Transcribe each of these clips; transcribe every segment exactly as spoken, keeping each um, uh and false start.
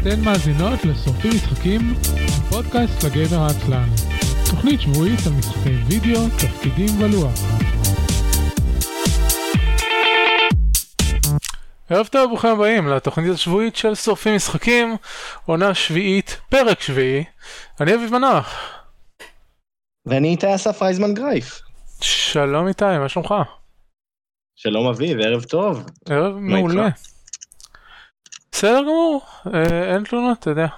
אתן מאזינות לשורפים משחקים, פודקאסט לגיימר העצלן. תוכנית שבועית על משחקי וידאו, תפקידים ולוח. ערב טוב, ברוכים הבאים לתוכנית השבועית של שורפים משחקים, עונה שביעית, פרק שביעי. אני אביב מנוח. ואני איתי אסף רייזמן גרייף. שלום איתי, מה שלומך? שלום אביב, ערב טוב. ערב מעולה. בסדר גמור, אה, אין תלונות, אתה יודע.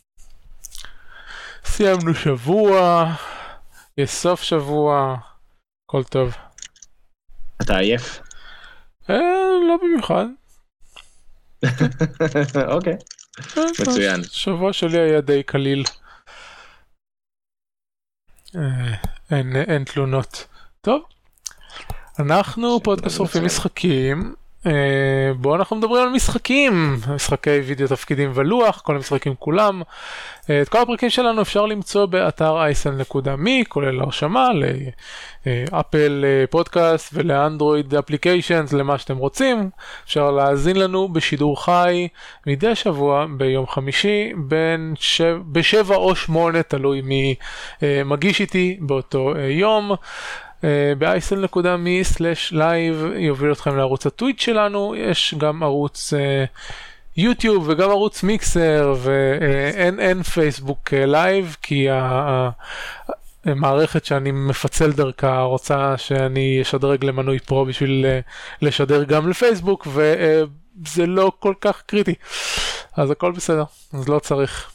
סיימנו שבוע, יש סוף שבוע, הכל טוב. אתה עייף? אה, לא במיוחד. אוקיי, מצוין. שבוע שלי היה די קליל. אה, אין, אין תלונות. טוב, אנחנו פודקאסט שורפים משחקים. בואו אנחנו מדברים על משחקים, משחקי וידאו, תפקידים ולוח, כל המשחקים כולם. את כל הפרקים שלנו אפשר למצוא באתר אייסן נקודה מי, כולל הרשמה לאפל פודקאסט ולאנדרואיד אפליקיישנס, למה שאתם רוצים. אפשר להאזין לנו בשידור חי מדי שבוע ביום חמישי בין שב... בשבע או שמונה, תלוי מי מגיש איתי באותו יום. ב-אייסל נקודה מי סלש לייב יוביל אתכם לערוץ הטוויץ' שלנו. יש גם ערוץ יוטיוב וגם ערוץ מיקסר, ואין אין פייסבוק לייב כי המערכת שאני מפצל דרכה רוצה שאני אשדרג למנוי פרו בשביל לשדר גם לפייסבוק, וזה לא כל כך קריטי, אז הכל בסדר, אז לא צריך.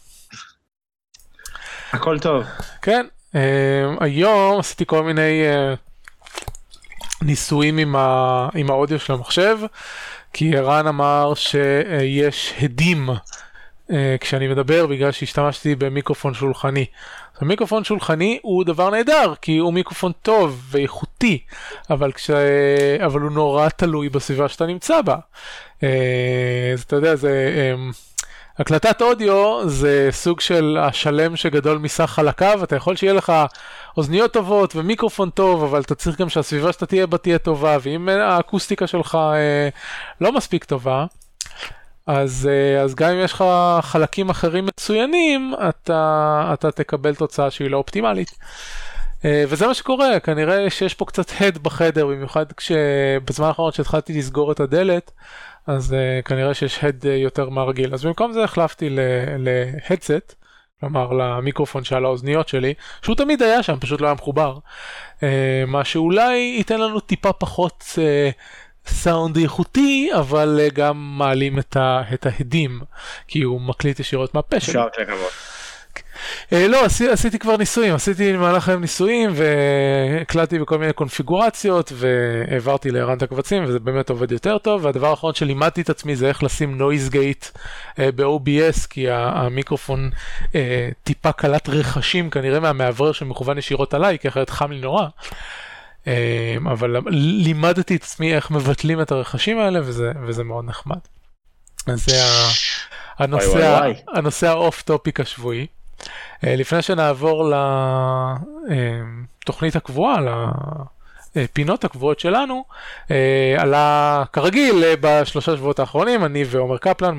הכל טוב. כן. Uh, היום עשיתי כל מיני uh, ניסויים עם, ה, עם האודיו של המחשב, כי ערן אמר שיש הדים uh, כשאני מדבר, בגלל שהשתמשתי במיקרופון שולחני. המיקרופון שולחני הוא דבר נהדר, כי הוא מיקרופון טוב ואיכותי, אבל, כש... אבל הוא נורא תלוי בסביבה שאתה נמצא בה. Uh, אז אתה יודע, זה... Um, הקלטת אודיו זה סוג של השלם שגדול מסך חלקיו. אתה יכול שיהיה לך אוזניות טובות ומיקרופון טוב, אבל אתה צריך גם שהסביבה שאתה תהיה בה תהיה טובה, ואם האקוסטיקה שלך אה, לא מספיק טובה, אז, אה, אז גם אם יש לך חלקים אחרים מצוינים, אתה, אתה תקבל תוצאה שהיא לא אופטימלית. אה, וזה מה שקורה, כנראה שיש פה קצת הד בחדר, במיוחד כשבזמן האחרון שהתחלתי לסגור את הדלת, אז uh, כנראה שיש הד uh, יותר מהרגיל. אז במקום זה החלפתי להדסט, כלומר למיקרופון שעל האוזניות שלי, שהוא תמיד היה שם, פשוט לא היה מחובר. Uh, מה שאולי ייתן לנו טיפה פחות uh, סאונד איכותי, אבל uh, גם מעלים את, ה, את ההדים, כי הוא מקליט ישירות מהפה שלי. אפשר ככבוד. Uh, לא, עשי, עשיתי כבר ניסויים, עשיתי במהלך היום ניסויים, והקלטתי בכל מיני קונפיגורציות, והעברתי לערן את הקבצים, וזה באמת עובד יותר טוב. והדבר האחרון שלימדתי את עצמי זה איך לשים נויז גייט uh, ב-או בי אס, כי המיקרופון uh, טיפה קלט רכשים, כנראה מהמעברר שמכוון ישירות עליי, כי אחרת חם לי נורא. Uh, אבל לימדתי את עצמי איך מבטלים את הרכשים האלה, וזה, וזה מאוד נחמד. אז זה הנושא, וואי, וואי, וואי. הנושא האוף טופיק השבועי. לפני שנעבור לתוכנית הקבועה, לפינות הקבועות שלנו, עלה כרגיל בשלושה שבועות האחרונים, אני ועומר קפלן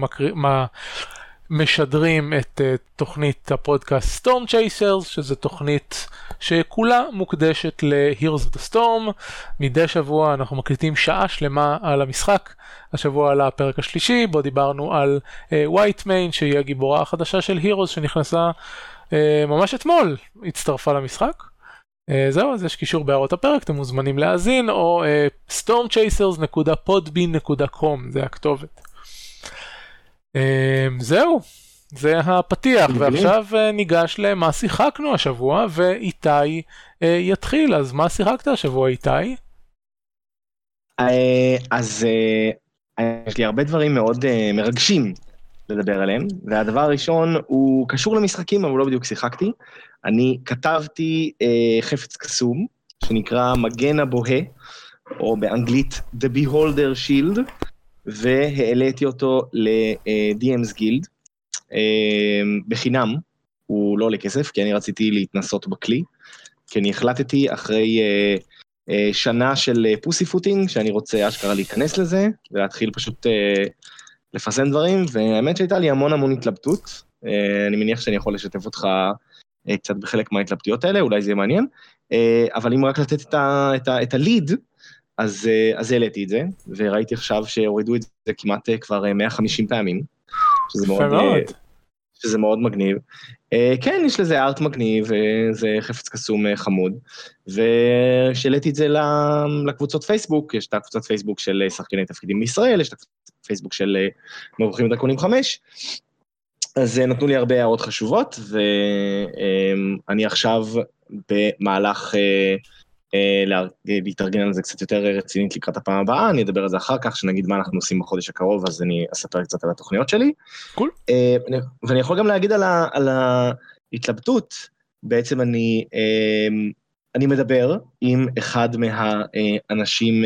משדרים את תוכנית הפודקאסט Storm Chasers, שזו תוכנית שכולה מוקדשת ל-Heroes of the Storm. מדי שבוע אנחנו מקליטים שעה שלמה על המשחק. השבוע עלה הפרק השלישי, בו דיברנו על White Mane, שהיא הגיבורה החדשה של Heroes, שנכנסה uh, ממש אתמול, הצטרפה למשחק. Uh, זהו, אז יש קישור בהערות הפרק, אתם מוזמנים להאזין, או uh, storm chasers נקודה podbean נקודה com, זה הכתובת. Uh, זהו, זה הפתיח, ועכשיו uh, ניגש למה שיחקנו השבוע, ואיתי uh, יתחיל. אז מה שיחקת השבוע, איתי? Uh, אז... Uh... יש לי הרבה דברים מאוד uh, מרגשים לדבר עליהם, והדבר הראשון הוא קשור למשחקים, אבל לא בדיוק שיחקתי. אני כתבתי uh, חפץ קסום, שנקרא מגן הבוהה, או באנגלית The Beholder Shield, והעליתי אותו ל-די אמ'ס Guild, uh, בחינם, הוא לא עולה כסף, כי אני רציתי להתנסות בכלי, כי אני החלטתי אחרי... Uh, שנה של פוסי פוטינג, שאני רוצה אשכרה להיכנס לזה, ולהתחיל פשוט לפרסם דברים, והאמת שהייתה לי המון המון התלבטות, אני מניח שאני יכול לשתף אותך קצת בחלק מההתלבטויות האלה, אולי זה יהיה מעניין, אבל אם רק לתת את ה, את ה, את הליד, אז, אז העליתי את זה, וראיתי עכשיו שהורידו את זה כמעט כבר מאה וחמישים פעמים, שזה מאוד, שזה מאוד מגניב. כן, יש לזה ארט מגניב, זה חפץ קסום חמוד, ושאלתי את זה לקבוצות פייסבוק, יש את הקבוצת פייסבוק של שחקני תפקידים בישראל, יש את הקבוצת פייסבוק של מבוכים ודרקונים חמש, אז נתנו לי הרבה הערות חשובות, ואני עכשיו במהלך להתארגן על זה קצת יותר רצינית לקראת הפעם הבאה, אני אדבר על זה אחר כך, שנגיד מה אנחנו עושים בחודש הקרוב, אז אני אספר קצת על התוכניות שלי. קול. ואני יכול גם להגיד על ההתלבטות, בעצם אני, אני מדבר עם אחד מהאנשים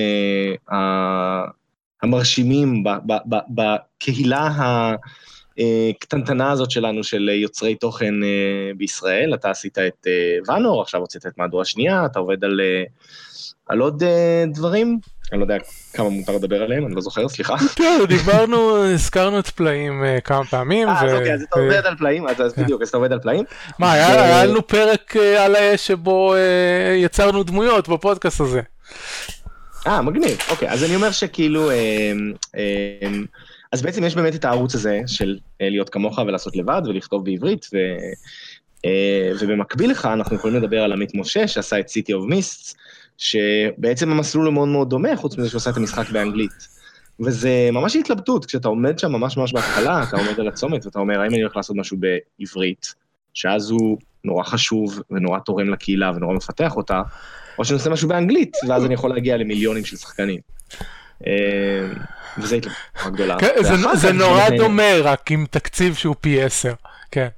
המרשימים בקהילה הקטנטנה הזאת שלנו, של יוצרי תוכן בישראל. אתה עשית את ונור, עכשיו הוצאת את מהדורה שנייה, אתה עובד על, על עוד דברים, אני לא יודע כמה מותר לדבר עליהם, אני לא זוכר, סליחה. כן, דיברנו, הזכרנו את פלאים כמה פעמים. אה, אז אוקיי, אז אתה עובד על פלאים, אז בדיוק, אז אתה עובד על פלאים. מה, היה לנו פרק על האש שבו יצרנו דמויות בפודקאסט הזה. אה, מגניב, אוקיי, אז אני אומר שכאילו, אז בעצם יש באמת את הערוץ הזה של להיות כמוך ולעשות לבד ולכתוב בעברית, ובמקביל לך אנחנו יכולים לדבר על עמית משה, שעשה את City of Mists, שבעצם המסלול הוא מאוד מאוד דומה, חוץ מזה שהוא עושה את המשחק באנגלית. וזה ממש התלבטות, כשאתה עומד שם ממש ממש בהתחלה, אתה עומד על הצומת, ואתה אומר, האם אני הולך לעשות משהו בעברית, שאז הוא נורא חשוב ונורא תורם לקהילה ונורא מפתח אותה, או שאני עושה משהו באנגלית, ואז אני יכול להגיע למיליונים של שחקנים. וזה התלבטות גדולה. זה נורא דומה, רק עם תקציב שהוא פי עשר, כן.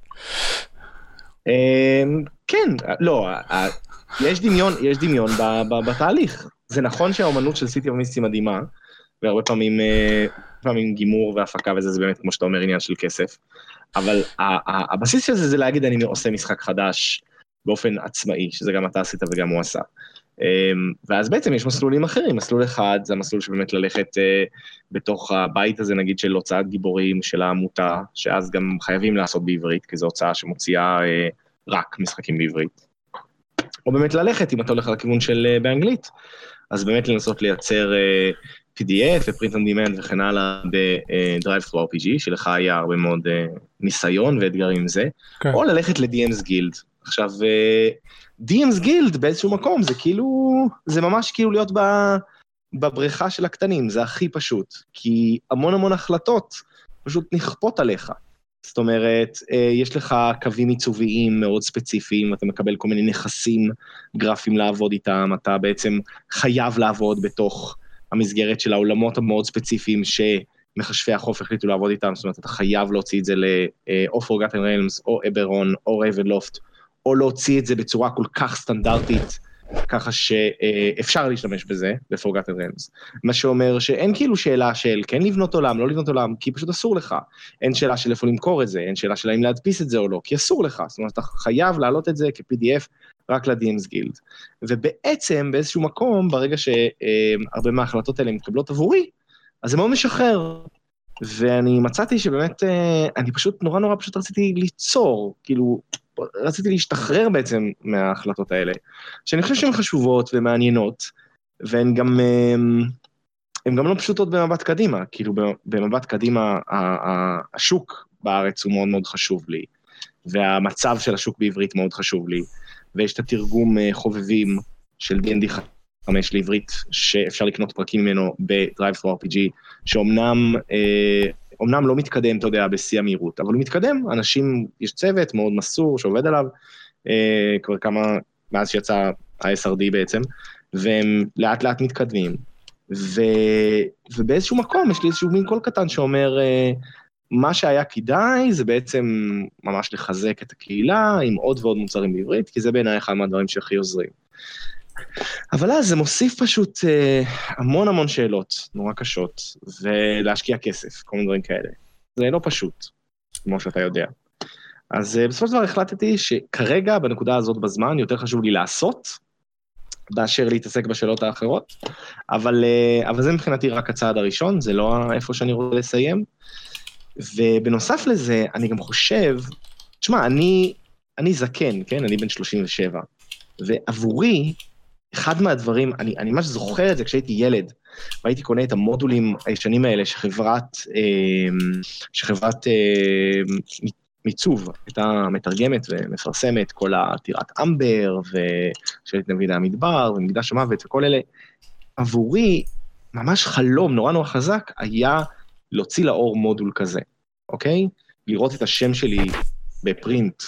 כן, לא, יש דמיון, יש דמיון בתהליך. זה נכון שהאומנות של City of Mists היא מדהימה, והרבה פעמים, פעמים גימור והפקה וזה, זה באמת, כמו שאתה אומר, עניין של כסף. אבל הבסיס של זה, זה להגיד, אני עושה משחק חדש באופן עצמאי, שזה גם אתה עשית וגם הוא עשה. ואז בעצם יש מסלולים אחרים, מסלול אחד, זה המסלול שבאמת ללכת בתוך הבית הזה, נגיד של הוצאת גיבורים של העמותה, שאז גם חייבים לעשות בעברית, כי זו הוצאה שמוציאה רק משחקים בעברית. או באמת ללכת, אם אתה הולך על הכיוון של באנגלית, אז באמת לנסות לייצר פי די אף ו-Print on Demand וכן הלאה ב-Drive-Thru אר פי ג'י, שלך היה הרבה מאוד ניסיון ואתגרים עם זה, okay. או ללכת ל-די אמס Guild. עכשיו, די אמס Guild באיזשהו מקום, זה כאילו, זה ממש כאילו להיות בבריכה של הקטנים, זה הכי פשוט, כי המון המון החלטות פשוט נכפות עליך. זאת אומרת, יש לך קווים עיצוביים מאוד ספציפיים, אתה מקבל כל מיני נכסים גרפיים לעבוד איתם, אתה בעצם חייב לעבוד בתוך המסגרת של העולמות המאוד ספציפיים שמחשבי החוף החליטו לעבוד איתם, זאת אומרת, אתה חייב להוציא את זה או Forgotten Realms, או Eberron, או Ravenloft, או להוציא את זה בצורה כל כך סטנדרטית, ככה שאפשר להשתמש בזה, ב-Forgotten Realms. מה שאומר שאין כאילו שאלה של כן לבנות עולם, לא לבנות עולם, כי פשוט אסור לך. אין שאלה של איפה למכור את זה, אין שאלה של האם להדפיס את זה או לא, כי אסור לך. זאת אומרת, אתה חייב להעלות את זה כ-פי די אף רק ל-די אמס Guild. ובעצם, באיזשהו מקום, ברגע שהרבה מההחלטות האלה מתקבלות עבורי, אז זה מאוד משחרר. ואני מצאתי שבאמת, אני פשוט נורא נורא פשוט רציתי ליצור, כאילו, רציתי להשתחרר בעצם מההחלטות האלה, שאני חושב שהן חשובות ומעניינות, והן גם, הן גם לא פשוטות במבט קדימה, כאילו במבט קדימה, השוק בארץ הוא מאוד מאוד חשוב לי, והמצב של השוק בעברית מאוד חשוב לי, ויש את התרגום חובבים של די אנד די חמש לעברית, שאפשר לקנות פרקים ממנו ב-Drive-Thru אר פי ג'י, שאומנם, אומנם לא מתקדם, אתה יודע, בשיא המהירות, אבל הוא מתקדם, אנשים, יש צוות מאוד מסור שעובד עליו, כבר כמה, מאז שיצא ה-אס אר די בעצם, והם לאט לאט מתקדמים, ו, ובאיזשהו מקום יש לי איזשהו מין קול קטן שאומר, מה שהיה כדאי זה בעצם ממש לחזק את הקהילה, עם עוד ועוד מוצרים בעברית, כי זה בעיניי אחד מהדברים שהכי עוזרים. אבל אז זה מוסיף פשוט אה, המון המון שאלות, נורא קשות, ולהשקיע כסף, כל מיני דברים כאלה. זה לא פשוט, כמו שאתה יודע. אז אה, בסופו של דבר החלטתי שכרגע, בנקודה הזאת בזמן, יותר חשוב לי לעשות, באשר להתעסק בשאלות האחרות, אבל, אבל זה מבחינתי רק הצעד הראשון, זה לא איפה שאני רוצה לסיים, ובנוסף לזה, אני גם חושב, תשמע, אני, אני זקן, כן? אני בן שלושים ושבע, ועבורי, אחד מהדברים, אני, אני ממש זוכר את זה כשהייתי ילד, והייתי קונה את המודולים הישנים האלה שחברת, שחברת מיצוב, הייתה מתרגמת ומפרסמת כל הטירת אמבר, ושאלת נבידי המדבר, ומקדש המוות וכל אלה. עבורי, ממש חלום נורא נורא חזק, היה להוציא לאור מודול כזה, אוקיי? לראות את השם שלי בפרינט.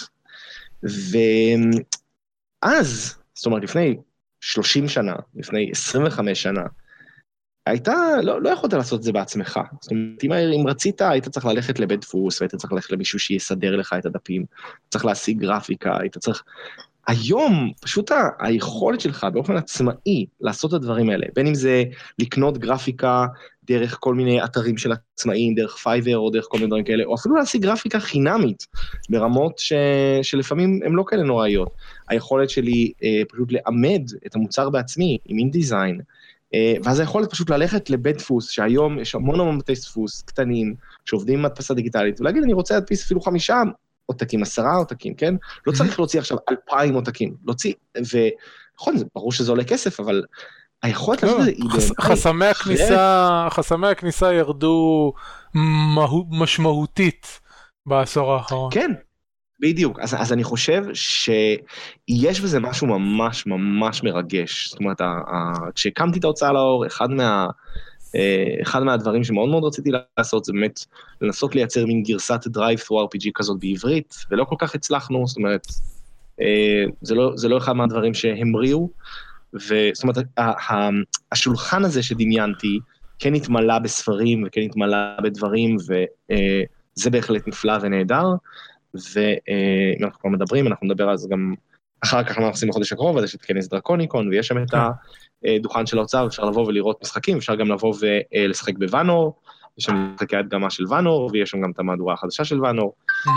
ואז, זאת אומרת, לפני שלושים שנה, לפני עשרים וחמש שנה, הייתה, לא, לא יכולת לעשות את זה בעצמך. זאת אומרת, אם, אם רצית, היית צריך ללכת לבית דפוס, והיית צריך ללכת למישהו שיסדר לך את הדפים, צריך להשיג גרפיקה, היית צריך... היום, פשוט היכולת שלך באופן עצמאי לעשות את הדברים האלה, בין אם זה לקנות גרפיקה דרך כל מיני אתרים של עצמאים, דרך פייבר או דרך כל מיני דברים כאלה, או אפילו להשיג גרפיקה חינמית, ברמות ש... שלפעמים הן לא כאלה נוראיות. היכולת שלי אה, פשוט לעמד את המוצר בעצמי, עם אינדיזיין, ואז היכולת פשוט ללכת לבית דפוס, שהיום יש המון המון בתי דפוס קטנים, שעובדים עם הדפסה דיגיטלית, ולהגיד, אני רוצה להדפיס אפילו חמישה עותקים, עשרה עותקים, כן? לא צריך להוציא עכשיו אלפיים עותקים, להוציא, ונכון, ברור שזה עולה כסף, אבל היכולת לעשות את זה... חסמי הכניסה, חסמי הכניסה ירדו משמעותית בעשור האחרון. כן. בדיוק, אז, אז אני חושב שיש בזה משהו ממש ממש מרגש, זאת אומרת, כשהקמתי את ההוצאה לאור, אחד, מה, אחד מהדברים שמאוד מאוד רציתי לעשות, זה באמת לנסות לייצר מין גרסת Drive-Thru אר פי ג'י כזאת בעברית, ולא כל כך הצלחנו, זאת אומרת, זה לא, זה לא אחד מהדברים שהמריאו, וזאת אומרת, השולחן הזה שדמיינתי, כן התמלא בספרים וכן התמלא בדברים, וזה בהחלט נפלא ונהדר, ואם אנחנו כבר מדברים, אנחנו נדבר על זה גם אחר כך, אנחנו עושים בחודש הקרוב, אז יש את כנס דרקוניקון, ויש שם את הדוכן של האוצר, אפשר לבוא ולראות משחקים, אפשר גם לבוא ולשחק בוונור, יש שם משחקי הדגמה של וונור, ויש שם גם את המהדורה החדשה של וונור.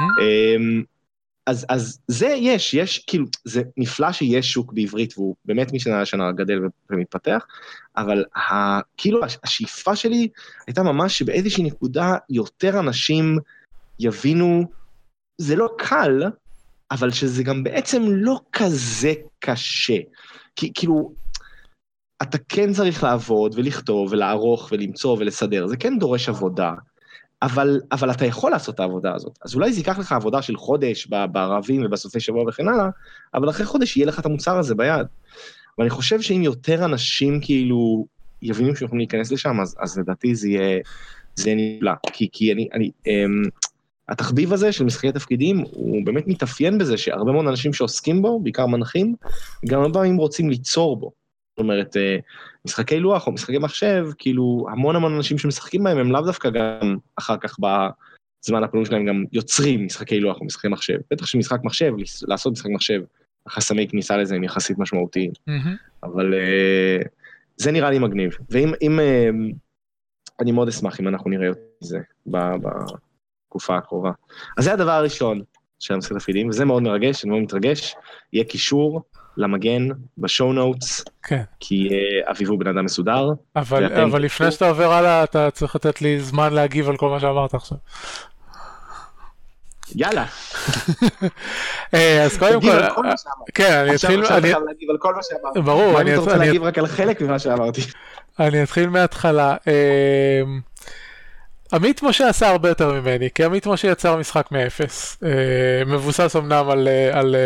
אז, אז זה יש, יש, כאילו, זה נפלא שיש שוק בעברית, והוא באמת משנה לשנה גדל ומתפתח, אבל ה, כאילו, השאיפה שלי הייתה ממש שבאיזושהי נקודה יותר אנשים יבינו, זה לא קל, אבל שזה גם בעצם לא כזה קשה. כי, כאילו, אתה כן צריך לעבוד ולכתוב ולערוך ולמצוא ולסדר, זה כן דורש עבודה, אבל, אבל אתה יכול לעשות את העבודה הזאת. אז אולי זה ייקח לך עבודה של חודש בערבים ובסופי שבוע וכן הלאה, אבל אחרי חודש יהיה לך את המוצר הזה ביד. ואני חושב שאם יותר אנשים כאילו יבינו שיכולים להיכנס לשם, אז, אז לדעתי זה יהיה, זה נפלא. כי, כי אני, אני, אמ, התחביב הזה של משחקי תפקידים, הוא באמת מתאפיין בזה שהרבה מאוד אנשים שעוסקים בו, בעיקר מנחים, גם הרבה הם רוצים ליצור בו. זאת אומרת, משחקי לוח או משחקי מחשב, כאילו המון המון אנשים שמשחקים בהם, הם לאו דווקא גם אחר כך בזמן הפנוי שלהם גם יוצרים משחקי לוח או משחקי מחשב. בטח שמשחק מחשב, לעשות משחק מחשב, החסמי כניסה לזה הם יחסית משמעותיים. אבל זה נראה לי מגניב. ואם, אני מאוד אשמח אם אנחנו נראה את זה בתקופה הקרובה. אז זה הדבר הראשון של המשחקי תפקידים, וזה מאוד מרגש, אני מאוד מתרגש, יהיה קישור למגן בשואו נוטס, כן. כי uh, אביבו בן אדם מסודר. אבל, ואתם... אבל לפני שאתה עובר הלאה, אתה צריך לתת לי זמן להגיב על כל מה שאמרת עכשיו. יאללה. אז קודם כל, כן, אני אתחיל... עכשיו אתה חייב להגיב על כל מה שאמרתי. ברור. אני רוצה להגיב רק על חלק ממה שאמרתי. אני אתחיל מההתחלה. עמית משה עשה הרבה יותר ממני, כי עמית משה יצר משחק מאפס. מבוסס אמנם על... על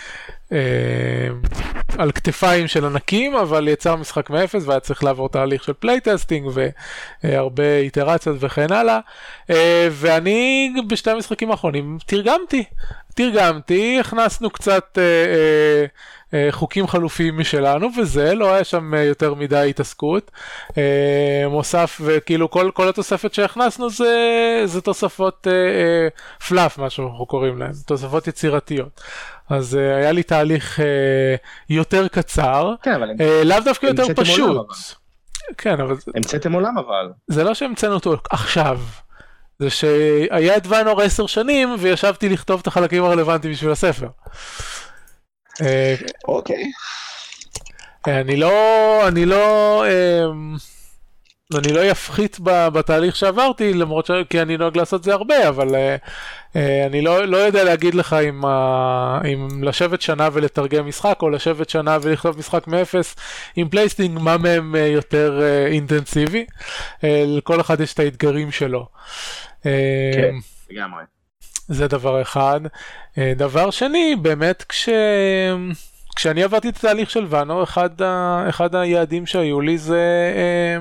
על כתפיים של ענקים, אבל יצר משחק מאפס והיה צריך לעבור תהליך של פלייטסטינג והרבה איטרציות וכן הלאה, ואני בשתי המשחקים האחרונים תרגמתי תרגמתי, הכנסנו קצת חוקים חלופיים משלנו, וזה לא היה שם יותר מדי התעסקות. מוסף, וכאילו כל, כל התוספת שהכנסנו זה, זה תוספות פלאף, מה שאנחנו קוראים להם, תוספות יצירתיות. אז היה לי תהליך יותר קצר, כן, אבל לאו דווקא יותר פשוט. עולם, כן, אבל... המצאתם עולם אבל. זה לא שהמצאנו אותו עכשיו. זה שהיה את ואנור עשר שנים, וישבתי לכתוב את החלקים הרלוונטיים בשביל הספר. אוקיי. אני לא, אני לא, אני לא יפחית בתהליך שעברתי, למרות ש... כי אני נוהג לעשות זה הרבה, אבל אני לא, לא יודע להגיד לך אם, אם לשבת שנה ולתרגם משחק, או לשבת שנה ולכתוב משחק מאפס עם פלייסטינג, מה מהם יותר אינטנסיבי. לכל אחד יש את האתגרים שלו. כן, לגמרי. זה דבר אחד. דבר שני, באמת כש... כשאני עברתי את התהליך של ואנו, אחד, ה... אחד היעדים שהיו לי זה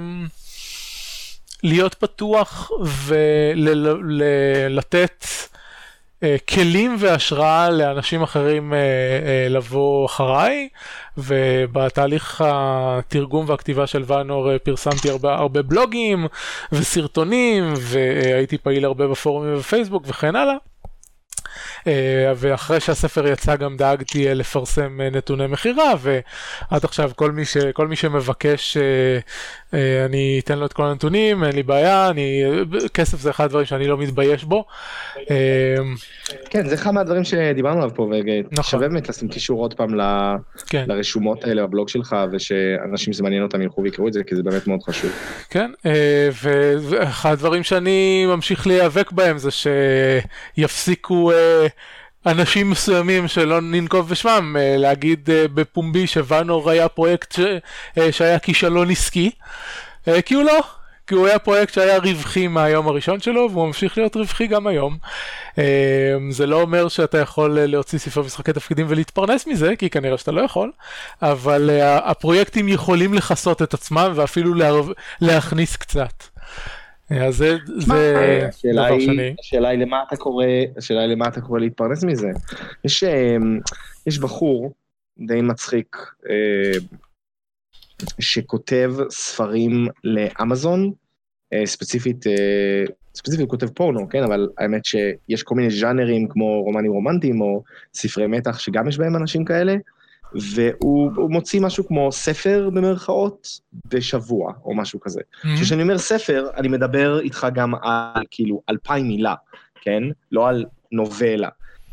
להיות פתוח ולתת כלים והשראה לאנשים אחרים לבוא אחריי, ובתהליך התרגום והכתיבה של ואנור פרסמתי הרבה, הרבה בלוגים וסרטונים, והייתי פעיל הרבה בפורומים ובפייסבוק וכן הלאה. ואחרי שהספר יצא גם דאגתי לפרסם נתוני מחירה, ועד עכשיו כל מי, ש, כל מי שמבקש אני אתן לו את כל הנתונים, אין לי בעיה, אני, כסף זה אחד הדברים שאני לא מתבייש בו. כן, זה אחד מהדברים שדיברנו עליו פה, ושווה באמת לשים קישור עוד פעם ל... כן. לרשומות האלה בבלוג שלך, ושאנשים שזה מעניין אותם ילכו ויקראו את זה, כי זה באמת מאוד חשוב. כן, ואחד הדברים שאני ממשיך להיאבק בהם זה שיפסיקו אנשים מסוימים שלא ננקוב בשמם, להגיד בפומבי שוואנור היה פרויקט ש... שהיה כישלון עסקי, כי הוא לא, כי הוא היה פרויקט שהיה רווחי מהיום הראשון שלו, והוא ממשיך להיות רווחי גם היום. זה לא אומר שאתה יכול להוציא ספר משחקי תפקידים ולהתפרנס מזה, כי כנראה שאתה לא יכול, אבל הפרויקטים יכולים לחסות את עצמם, ואפילו להכניס קצת. אז זה, זה דבר שני. השאלה היא למה אתה קורא, השאלה היא למה אתה קורא להתפרנס מזה. יש, יש בחור די מצחיק שכותב ספרים לאמזון, ספציפית, ספציפית הוא כותב פורנו, כן? אבל האמת שיש כל מיני ז'אנרים כמו רומנים רומנטיים או ספרי מתח שגם יש בהם אנשים כאלה, והוא מוציא משהו כמו ספר במרכאות בשבוע, או משהו כזה. כשאני אומר ספר, אני מדבר איתך גם על כאילו אלפיים מילה, כן? לא על נובלה.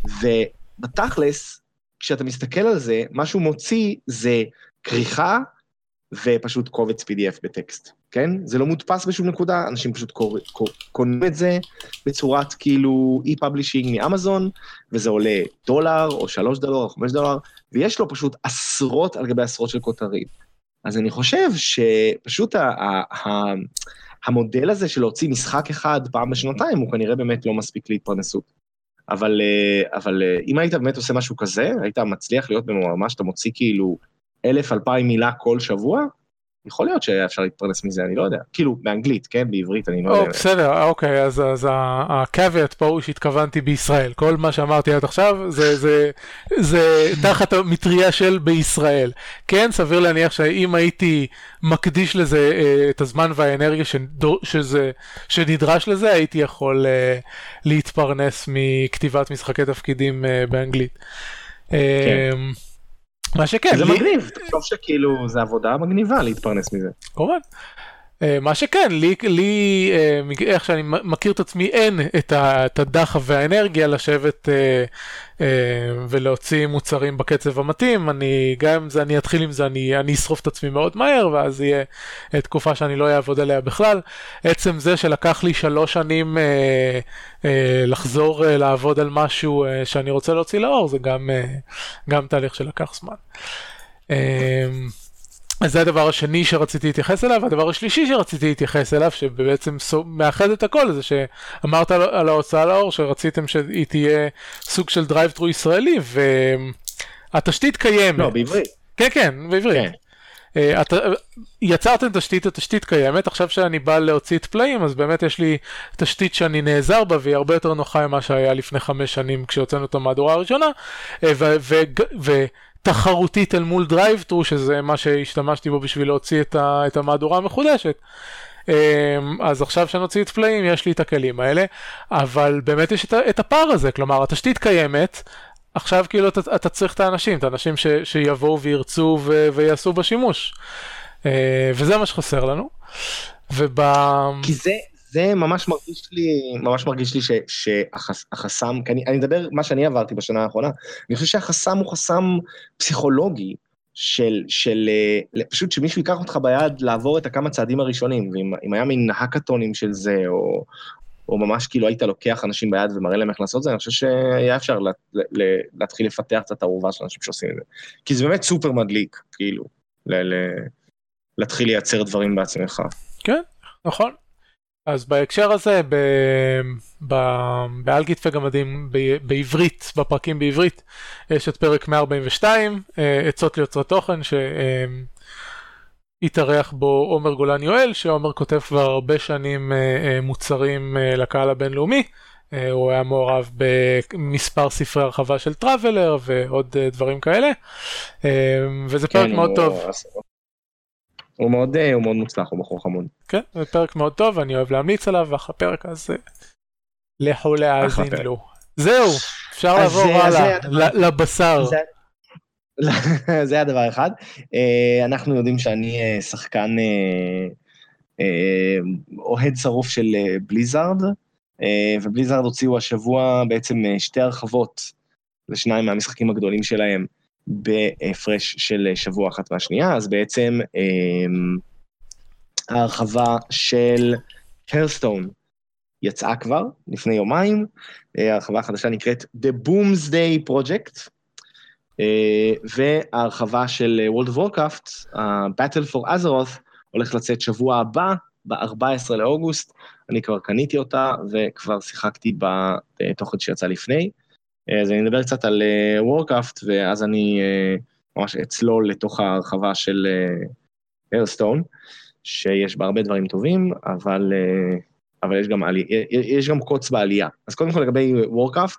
ובתכלס, כשאתה מסתכל על זה, מה שהוא מוציא זה כריכה, ופשוט קובץ פי די אף בטקסט, כן? זה לא מודפס בשום נקודה, אנשים פשוט קונים את זה בצורת כאילו אי-פאבלישינג מאמזון, וזה עולה דולר, או שלוש דולר, או חמש דולר, ויש לו פשוט עשרות על גבי עשרות של כותרים. אז אני חושב שפשוט ה- ה- ה- המודל הזה של להוציא משחק אחד פעם בשנתיים, הוא כנראה באמת לא מספיק להתפרנסות. אבל, אבל אם היית באמת עושה משהו כזה, היית מצליח להיות במאמר שאתה מוציא כאילו אלף, אלפיים מילה כל שבוע, יכול להיות שאפשר להתפרנס מזה, אני לא יודע. כאילו, באנגלית, כן? בעברית, אני לא יודע. בסדר, אוקיי, אז, אז הקוויאט פה הוא שהתכוונתי בישראל. כל מה שאמרתי עד עכשיו, זה, זה, זה תחת המטריה של בישראל. כן, סביר להניח שאם הייתי מקדיש לזה את הזמן והאנרגיה שזה, שנדרש לזה, הייתי יכול להתפרנס מכתיבת משחקי תפקידים באנגלית. כן. מה שכן, זה מגניב, תחשוב שכאילו זה עבודה מגניבה להתפרנס מזה. כמובן. מה שכן, לי, לי, איך שאני מכיר את עצמי, אין את הדחף והאנרגיה לשבת ולהוציא מוצרים בקצב המתאים. אני, גם אם זה, אני אתחיל עם זה, אני, אני אשרוף את עצמי מאוד מהר, ואז יהיה תקופה שאני לא אעבוד עליה בכלל. עצם זה שלקח לי שלוש שנים אה, אה, לחזור אה, לעבוד על משהו אה, שאני רוצה להוציא לאור, זה גם, אה, גם תהליך שלקח זמן. אה, אז זה הדבר השני שרציתי להתייחס אליו, והדבר השלישי שרציתי להתייחס אליו, שבעצם מאחד את הכל, זה שאמרת על ההוצאה לאור, שרציתם שהיא תהיה סוג של דרייב-טרו ישראלי, והתשתית קיימת. לא, בעברית. כן, כן, בעברית. כן. את, יצרתם תשתית, התשתית קיימת, עכשיו שאני בא להוציא את פלאים, אז באמת יש לי תשתית שאני נעזר בה, והיא הרבה יותר נוחה ממה שהיה לפני חמש שנים, כשהוצאנו את המהדורה הראשונה, ו... ו, ו תחרותית אל מול דרייב-טרו, שזה מה שהשתמשתי בו בשביל להוציא את, ה, את המהדורה המחודשת. אז עכשיו שנוציא את פלאים, יש לי את הכלים האלה, אבל באמת יש את, את הפער הזה, כלומר, התשתית קיימת, עכשיו כאילו אתה, אתה צריך את האנשים, את האנשים ש, שיבואו וירצו ו, ויעשו בשימוש. וזה מה שחסר לנו. וב... כי זה... זה ממש מרגיש לי, ממש מרגיש לי ש, שהחסם, כי אני, אני מדבר מה שאני עברתי בשנה האחרונה, אני חושב שהחסם הוא חסם פסיכולוגי, של, של, פשוט שמישהו ייקח אותך ביד לעבור את הכמה צעדים הראשונים, ואם היה מין האקתונים של זה, או, או ממש כאילו היית לוקח אנשים ביד ומראה להם איך לעשות זה, אני חושב שהיה אפשר לה, לה, להתחיל לפתח קצת הערובה של אנשים שעושים את זה. כי זה באמת סופר מדליק, כאילו, ל, ל, להתחיל לייצר דברים בעצמך. כן, נכון. אז בהקשר הזה, באלגיט וגמדים בעברית, בפרקים בעברית, יש את פרק מאה ארבעים ושתיים, עצות ליוצרי תוכן, שהתארח בו עומר גולן יואל, שעומר כותב כבר הרבה שנים מוצרים לקהל הבינלאומי, הוא היה מעורב במספר ספרי הרחבה של טראבלר ועוד דברים כאלה, וזה פרק מאוד טוב. הוא מאוד, הוא מאוד מוצלח, הוא בחור חמוד. כן, זה פרק מאוד טוב, אני אוהב להמליץ עליו, ואחרי הפרק הזה, לכו להאזין לו. זהו, אפשר לעבור הלאה, לבשר. זה הדבר אחד. אנחנו יודעים שאני שחקן אוהד שרוף של בליזארד, ובליזארד הוציאו השבוע בעצם שתי הרחבות, לשניים מהמשחקים הגדולים שלהם, בהפרש של שבוע אחת מהשנייה, אז בעצם ההרחבה של הרסטון יצאה כבר לפני יומיים, ההרחבה החדשה נקראת The Boomsday Project, וההרחבה של World of Warcraft, Battle for Azeroth, הולך לצאת שבוע הבא, ב-ארבעה עשר לאוגוסט, אני כבר קניתי אותה, וכבר שיחקתי בתוכן שיצא לפני, אז אני מדבר קצת על וורקראפט, ואז אני ממש אצלול לתוך הרחבה של הרסטון, שיש בה הרבה דברים טובים, אבל, אבל יש, גם עלי, יש גם קוץ בעלייה. אז קודם כל לגבי וורקראפט,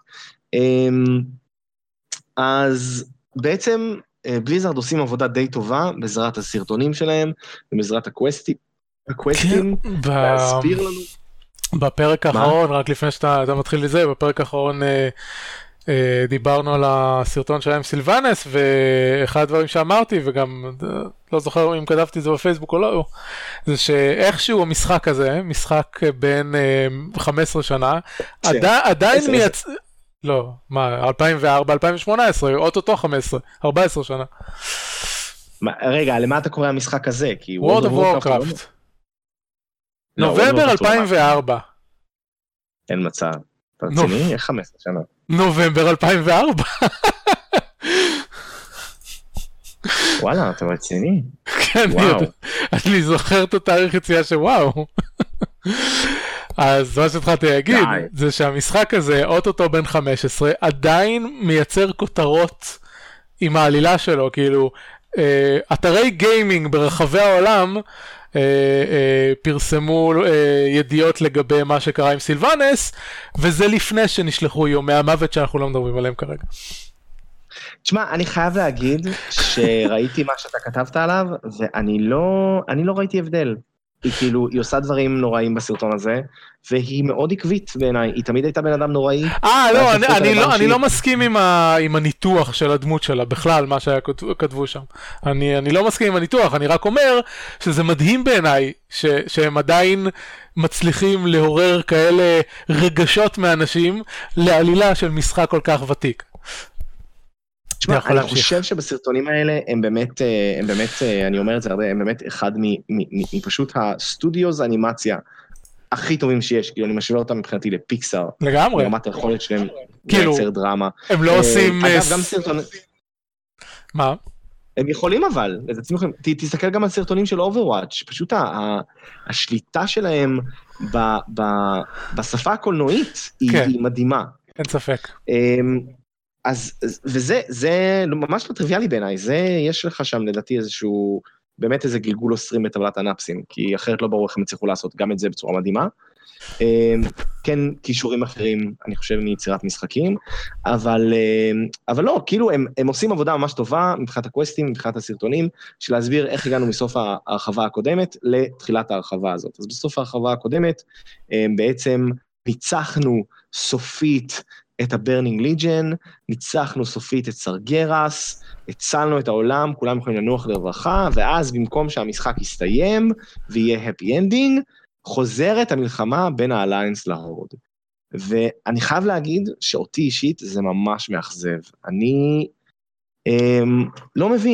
אז בעצם בליזארד עושים עבודה די טובה, בעזרת הסרטונים שלהם, ובעזרת הקווסטים, הקווסטים, להסביר לנו. בפרק האחרון, רק לפני שאתה מתחיל לזה, בפרק האחרון דיברנו על הסרטון שלהם סילבנס, ואחד הדברים שאמרתי, וגם לא זוכר אם כתבתי את זה בפייסבוק או לא, זה שאיכשהו המשחק הזה, משחק בין חמש עשרה שנה, עדיין מייצ... לא, מה, אלפיים וארבע אלפיים ושמונה עשרה, אוטוטו חמש עשרה, ארבע עשרה שנה. רגע, למה אתה קורא המשחק הזה? World of Warcraft. נובמבר אלפיים וארבע. אין מצב. אתה רציני? איך חמש עשרה שנה? נובמבר אלפיים וארבע. וואלה, אתה רציני? כן, אני זוכר את התאריך יציאה שוואו. אז מה שהתחלתי להגיד, זה שהמשחק הזה, אוטוטו בן חמש עשרה, עדיין מייצר כותרות עם העלילה שלו, כאילו, אתרי גיימינג ברחבי העולם, פרסמו ידיעות לגבי מה שקרה עם סילבנס, וזה לפני שנשלחו יומי המוות שאנחנו לא מדברים עליהם כרגע. תשמע, אני חייב להגיד שראיתי מה שאתה כתבת עליו, ואני לא, אני לא ראיתי הבדל. היא כאילו, היא עושה דברים נוראים בסרטון הזה, והיא מאוד עקבית בעיניי, היא תמיד הייתה בן אדם נוראי. אה, לא, אני, אני, לא, אני לא מסכים עם, ה, עם הניתוח של הדמות שלה, בכלל, מה שהיה כתבו שם. אני, אני לא מסכים עם הניתוח, אני רק אומר שזה מדהים בעיניי, ש, שהם עדיין מצליחים לעורר כאלה רגשות מאנשים, לעלילה של משחק כל כך ותיק. תשמע, אני חושב שבסרטונים האלה הם באמת, הם באמת, אני אומר את זה הרבה, הם באמת אחד מפשוט הסטודיוס אנימציה הכי טובים שיש, כאילו אני משווה אותם מבחינתי לפיקסאר. לגמרי. ברמת היכולת שלהם לייצר דרמה. הם לא עושים... אגב, גם סרטונים... מה? הם יכולים אבל, תסתכל גם על סרטונים של Overwatch, פשוט השליטה שלהם בשפה הקולנועית היא מדהימה. אין ספק. אז, וזה, זה ממש לא טריוויאלי בעיניי, זה, יש לך שם לדעתי איזשהו, באמת איזה גלגול אוסרים בטבלת הנאפסים, כי אחרת לא ברור איך הם יצליחו לעשות גם את זה בצורה מדהימה. כן, קישורים אחרים, אני חושב, מיצירת משחקים, אבל, אבל לא, כאילו, הם, הם עושים עבודה ממש טובה, מבחינת הקווסטים, מבחינת הסרטונים, של להסביר איך הגענו מסוף ההרחבה הקודמת לתחילת ההרחבה הזאת. אז בסוף ההרחבה הקודמת, בעצם ניצחנו סופית, את ה-Burning Legion, ניצחנו סופית את סרגרס, הצלנו את העולם, כולם יכולים לנוח לרווחה, ואז במקום שהמשחק יסתיים, ויהיה happy ending, חוזרת המלחמה בין האליינס להורד. ואני חייב להגיד שאותי אישית זה ממש מאכזב. אני אמ, לא מבין,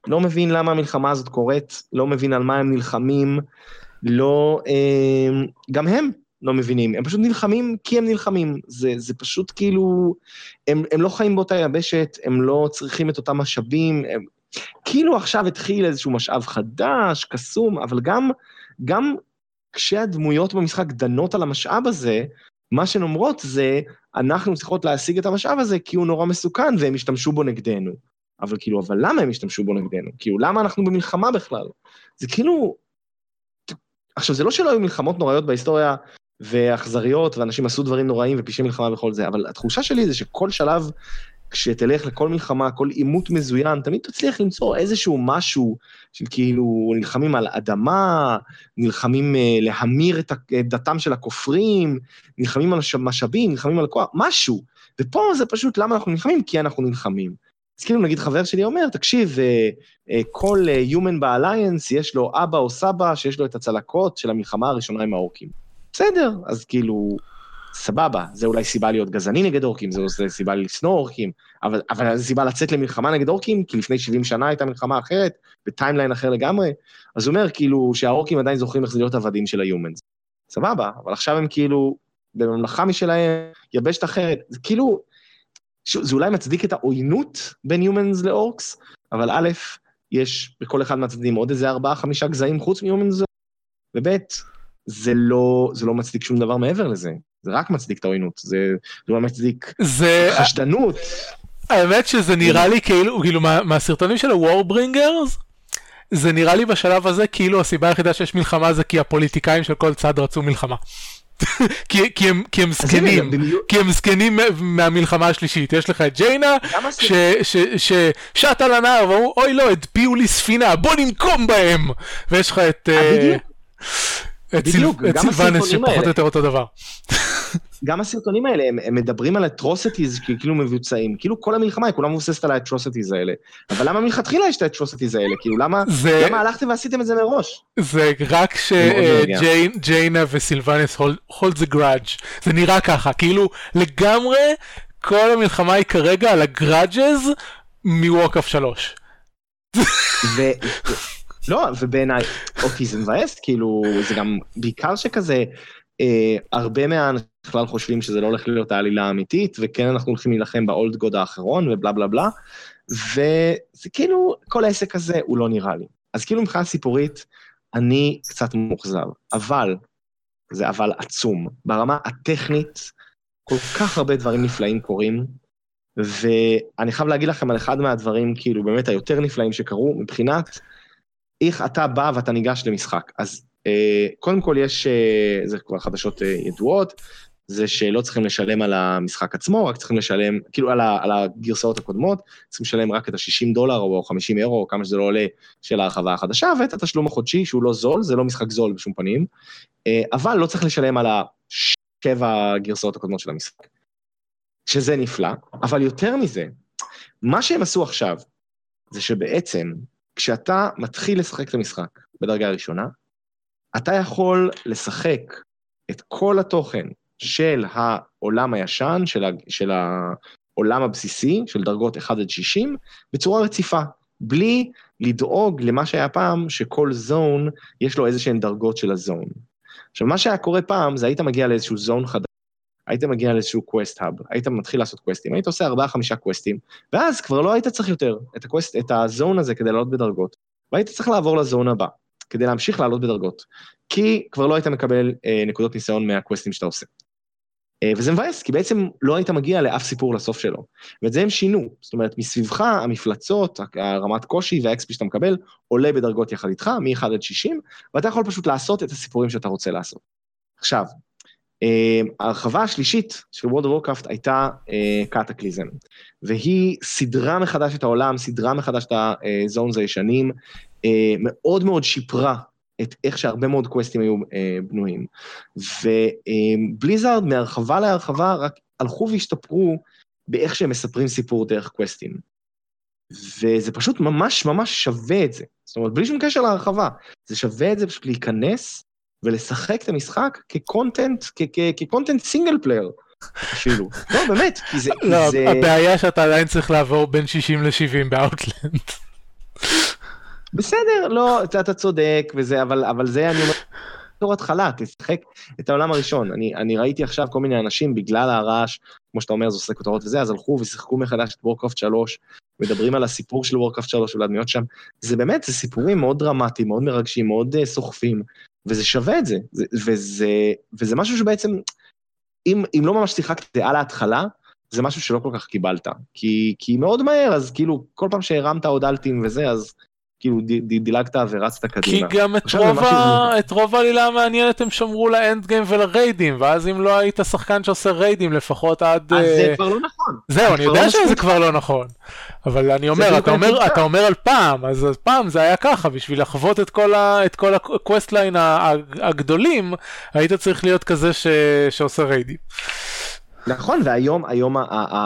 לא מבין למה המלחמה הזאת קורית, לא מבין על מה הם נלחמים, לא, גם הם לא מבינים, הם פשוט נלחמים כי הם נלחמים, זה, זה פשוט כאילו, הם, הם לא חיים באותה יבשת, הם לא צריכים את אותם משאבים, הם, כאילו עכשיו התחיל איזשהו משאב חדש, קסום, אבל גם, גם כשהדמויות במשחק דנות על המשאב הזה, מה שהן אומרות זה, אנחנו צריכות להשיג את המשאב הזה, כי הוא נורא מסוכן, והם השתמשו בו נגדנו. אבל כאילו, אבל למה הם השתמשו בו נגדנו? כאילו, למה אנחנו במלחמה בכלל? זה כאילו, עכשיו, זה לא שלא היו מלחמות נוראיות בהיסטוריה, ואכזריות, ואנשים עשו דברים נוראים, ופשעי מלחמה וכל זה, אבל התחושה שלי זה שכל שלב, כשתלך לכל מלחמה, כל עימות מזוין, תמיד תצליח למצוא איזשהו משהו, של כאילו נלחמים על אדמה, נלחמים להמיר את דתם של הכופרים, נלחמים על משאבים, נלחמים על כוח, משהו. ופה זה פשוט למה אנחנו נלחמים, כי אנחנו נלחמים. אז כאילו נגיד חבר שלי אומר, תקשיב, כל Human באליינס יש לו אבא או סבא, שיש לו את הצלקות של המלחמה הראשונה עם האורקים. בסדר, אז כאילו... סבבה, זה אולי סיבה להיות גזעני נגד אורקים, זה אולי סיבה לשנוא אורקים, אבל, אבל זה סיבה לצאת למלחמה נגד אורקים, כי לפני שבעים שנה הייתה מלחמה אחרת, בטיימליין אחר לגמרי, אז הוא אומר כאילו שהאורקים עדיין זוכרים איך זה להיות עבדים של היומנס. סבבה, אבל עכשיו הם כאילו, בממלכה משלהם, יבשת אחרת, זה כאילו, זה אולי מצדיק את העוינות בין יומנס לאורקס, אבל א', יש בכל אחד מהצדדים עוד איזה ארבעה, חמישה גזעים חוץ מיומנס, וב', זה לא, זה לא מצדיק שום דבר מעבר לזה. זה רק מצדיק את העוינות, זה לא מצדיק חשדנות. האמת שזה נראה לי כאילו, כאילו מהסרטונים של ה-Warbringers, זה נראה לי בשלב הזה כאילו הסיבה היחידה שיש מלחמה זה כי הפוליטיקאים של כל צד רצו מלחמה. כי, כי, הם, כי הם זקנים, כי הם זקנים מהמלחמה השלישית. יש לך את ג'יינה, ששעת על הנהר, ואומרו, אוי לא, הדפיעו לי ספינה, בוא ננקום בהם. ויש לך את... את סילבנס שפחות או יותר אותו דבר. גם הסרטונים האלה, הם, הם מדברים על אטרוסיטיז כאילו מבוצעים, כאילו כל המלחמה היא כולה מבוססת על האטרוסיטיז האלה, אבל למה מלכתחילה יש את האטרוסיטיז האלה? כאילו למה, זה, למה הלכתם ועשיתם את זה מראש? זה רק שג'יינה וסילבנס hold the grudge, זה נראה ככה, כאילו לגמרי כל המלחמה היא כרגע על הגראג'ז מוורקראפט שלוש. ו... לא, ובעיניי, אותי זה מבאס, כאילו, זה גם בעיקר שכזה, אה, הרבה מהאנשים בכלל חושבים שזה לא הולך להיות העלילה האמיתית, וכן אנחנו הולכים להילחם באולד גוד האחרון, ובלה בלה בלה, וזה כאילו, כל העסק הזה הוא לא נראה לי. אז כאילו מבחינה סיפורית, אני קצת מוחזר, אבל, זה אבל עצום, ברמה הטכנית, כל כך הרבה דברים נפלאים קורים, ואני חייב להגיד לכם על אחד מהדברים, כאילו, באמת היותר נפלאים שקרו, מבחינת, איך אתה בא ואתה ניגש למשחק. אז אה, קודם כל יש, אה, זה כבר חדשות אה, ידועות, זה שלא צריכים לשלם על המשחק עצמו, רק צריכים לשלם, כאילו על, ה, על הגרסאות הקודמות, צריכים לשלם רק את ה-שישים דולר או חמישים אירו, או כמה שזה לא עולה של ההרחבה החדשה, ואת התשלום החודשי שהוא לא זול, זה לא משחק זול בשום פנים, אה, אבל לא צריך לשלם על השבע גרסאות הקודמות של המשחק. שזה נפלא, אבל יותר מזה, מה שהם עשו עכשיו, זה שבעצם, כשאתה מתחיל לשחק את המשחק בדרגה הראשונה, אתה יכול לשחק את כל התוכן של העולם הישן, של, ה, של העולם הבסיסי, של דרגות אחת עד שישים, בצורה רציפה, בלי לדאוג למה שהיה פעם, שכל זון יש לו איזשהן דרגות של הזון. עכשיו, מה שהיה קורה פעם, זה היית מגיע לאיזשהו זון חדש, היית מגיע לאיזשהו קווסט האב, היית מתחיל לעשות קווסטים, היית עושה ארבעה, חמישה קווסטים, ואז כבר לא היית צריך יותר את הקווסט, את הזון הזה כדי לעלות בדרגות, והיית צריך לעבור לזון הבא, כדי להמשיך לעלות בדרגות, כי כבר לא היית מקבל אה, נקודות ניסיון מהקווסטים שאתה עושה. אה, וזה מבאס, כי בעצם לא היית מגיע לאף סיפור לסוף שלו, ואת זה הם שינו, זאת אומרת, מסביבך, המפלצות, הרמת קושי והאקספי שאתה מקבל, עולה בדרגות יחד איתך, מ-אחד עד שישים, ואתה יכול פשוט לעשות את הסיפורים שאתה רוצה לעשות. עכשיו, ההרחבה השלישית של World of Warcraft הייתה קטקליזם, והיא סדרה מחדש את העולם, סדרה מחדש את הזונס הישנים, מאוד מאוד שיפרה את איך שהרבה מאוד קווסטים היו בנויים, ובליזארד מהרחבה להרחבה רק הלכו והשתפרו באיך שהם מספרים סיפור דרך קווסטים, וזה פשוט ממש ממש שווה את זה, זאת אומרת בלי שום קשר להרחבה, זה שווה את זה פשוט להיכנס, ולשחק את המשחק כקונטנט, כקונטנט סינגל פלייר, אפילו. לא, באמת, כי זה... לא, הבעיה שאתה עדיין צריך לעבור בין שישים ל-שבעים באוטלנד. בסדר, לא, אתה, אתה צודק וזה, אבל, אבל זה אני אומר, בתור התחלה, תשחק את העולם הראשון. אני, אני ראיתי עכשיו כל מיני אנשים, בגלל הרעש, כמו שאתה אומר, זה עושה כותרות וזה, אז הלכו ושיחקו מחדש את וורקראפט שלוש, מדברים על הסיפור של וורקראפט שלוש ולדמיות שם, זה באמת, זה סיפורים מאוד דרמטיים, מאוד מרגשים, מאוד uh, סוחפים, וזה שווה את זה, זה וזה, וזה משהו שבעצם, אם, אם לא ממש שיחקת את זה על ההתחלה, זה משהו שלא כל כך קיבלת, כי, כי מאוד מהר, אז כאילו, כל פעם שהרמת עוד אלטים וזה, אז כאילו דילגת ורצת קדימה. כי גם את רוב, ה... את רוב העלילה המעניינת הם שמרו לאנד גיים ולריידים, ואז אם לא היית שחקן שעושה ריידים לפחות עד... אז זה כבר לא נכון. זהו, אני יודע שזה כבר לא נכון. אבל אני אומר, אתה אומר, אתה אומר על פעם, אז פעם זה היה ככה, בשביל לחוות את כל ה... את כל הקווסטליין הגדולים, היית צריך להיות כזה ש... שעושה ריידים. נכון, והיום, היום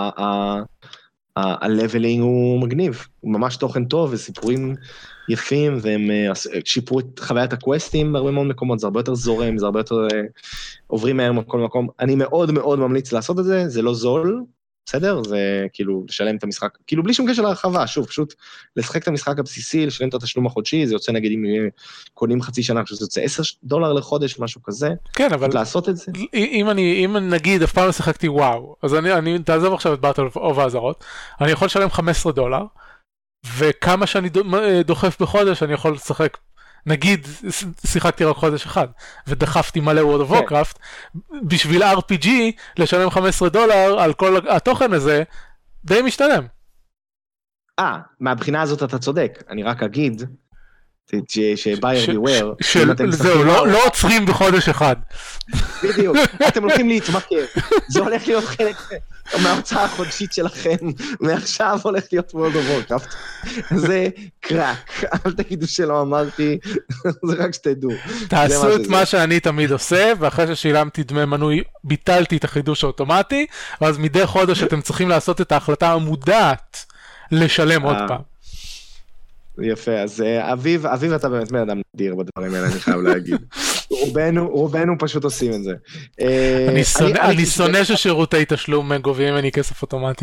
הלבלינג הוא מגניב, הוא ממש תוכן טוב וסיפורים יפים, והם שיפרו את חוויית הקווסטים בהרבה מאוד מקומות, זה הרבה יותר זורם, זה הרבה יותר עוברים מהר מכל מקום. אני מאוד מאוד ממליץ לעשות את זה, זה לא זול, בסדר? זה כאילו לשלם את המשחק, כאילו בלי שום קשר להרחבה, שוב, פשוט לשחק את המשחק הבסיסי, לשלם את התשלום החודשי, זה יוצא נגיד אם קונים חצי שנה, זה יוצא עשרה דולר לחודש, משהו כזה. כן, אבל לעשות את זה. אם אני, אם נגיד, אף פעם לא שחקתי וואו, אז אני, אני תעזוב עכשיו את באטל אוף האזהרות, אני יכול לשלם חמישה עשר דולר, וכמה שאני דוחף בחודש, אני יכול לשחק, נגיד, שיחקתי רק חודש אחד, ודחפתי מלא World of Warcraft, בשביל אר פי ג'י, לשלם חמישה עשר דולר על כל התוכן הזה, די משתלם. אה, מהבחינה הזאת אתה צודק, אני רק אגיד, ש-buyer beware, זהו, לא עוצרים בחודש אחד. בדיוק, אתם הולכים להתמכר, זה הולך להיות חלק מההוצאה החודשית שלכם, מעכשיו הולך להיות World of Warcraft, זה קרק, אל תגידו שלא אמרתי, זה רק שתדעו. תעשו את מה שאני תמיד עושה, ואחרי ששילמתי דמי מנוי, ביטלתי את החידוש האוטומטי, ואז מדי חודש אתם צריכים לעשות את ההחלטה המודעת, לשלם עוד פעם. יפה, אז אביב, אביב אתה באמת בן אדם נדיר בדברים האלה, אני חייב להגיד. רובנו, רובנו פשוט עושים את זה. אני שונא ששירותי תשלום גובים ממני כסף אוטומטי.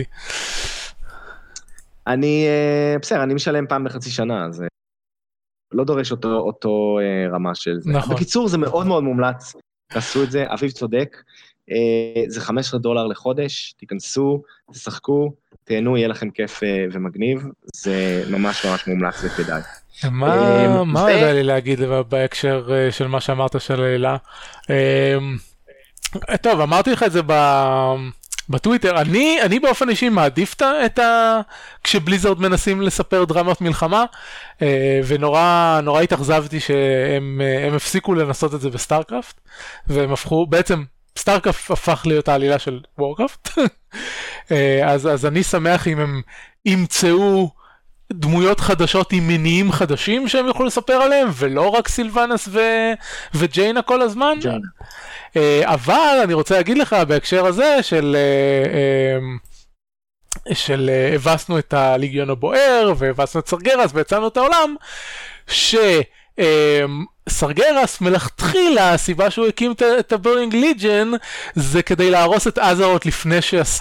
אני, בסדר, אני משלם פעם בחצי שנה, אז לא דורש אותו, אותו רמה של זה. נכון. בקיצור, זה מאוד מאוד מומלץ, תעשו את זה, אביב צודק, זה חמישה עשר דולר לחודש, תיכנסו, תשחקו, תהנו, יהיה לכם כיף ומגניב, זה ממש ממש מומלץ וכדאי. מה, מה יודע לי להגיד בהקשר של מה שאמרת של לילה? טוב, אמרתי לך את זה בטוויטר, אני, אני באופן אישי מעדיף את ה... כשבליזרד מנסים לספר דרמות מלחמה, ונורא, נורא התאכזבתי שהם הם הפסיקו לנסות את זה בסטארקראפט, והם הפכו, בעצם, סטארקראפט הפך להיות העלילה של וורקראפט, אז, אז אני שמח אם הם ימצאו דמויות חדשות עם מניעים חדשים שהם יוכלו לספר עליהם, ולא רק סילבנס ו... וג'יינה כל הזמן. ג'יינה. אבל אני רוצה להגיד לך בהקשר הזה של... של הבסנו את הליגיון הבוער, והבסנו את סרגרס, והצענו את העולם, ש... סרגרס מלכתחילה, הסיבה שהוא הקים את הברנינג ליג'ן, זה כדי להרוס את אזרות לפני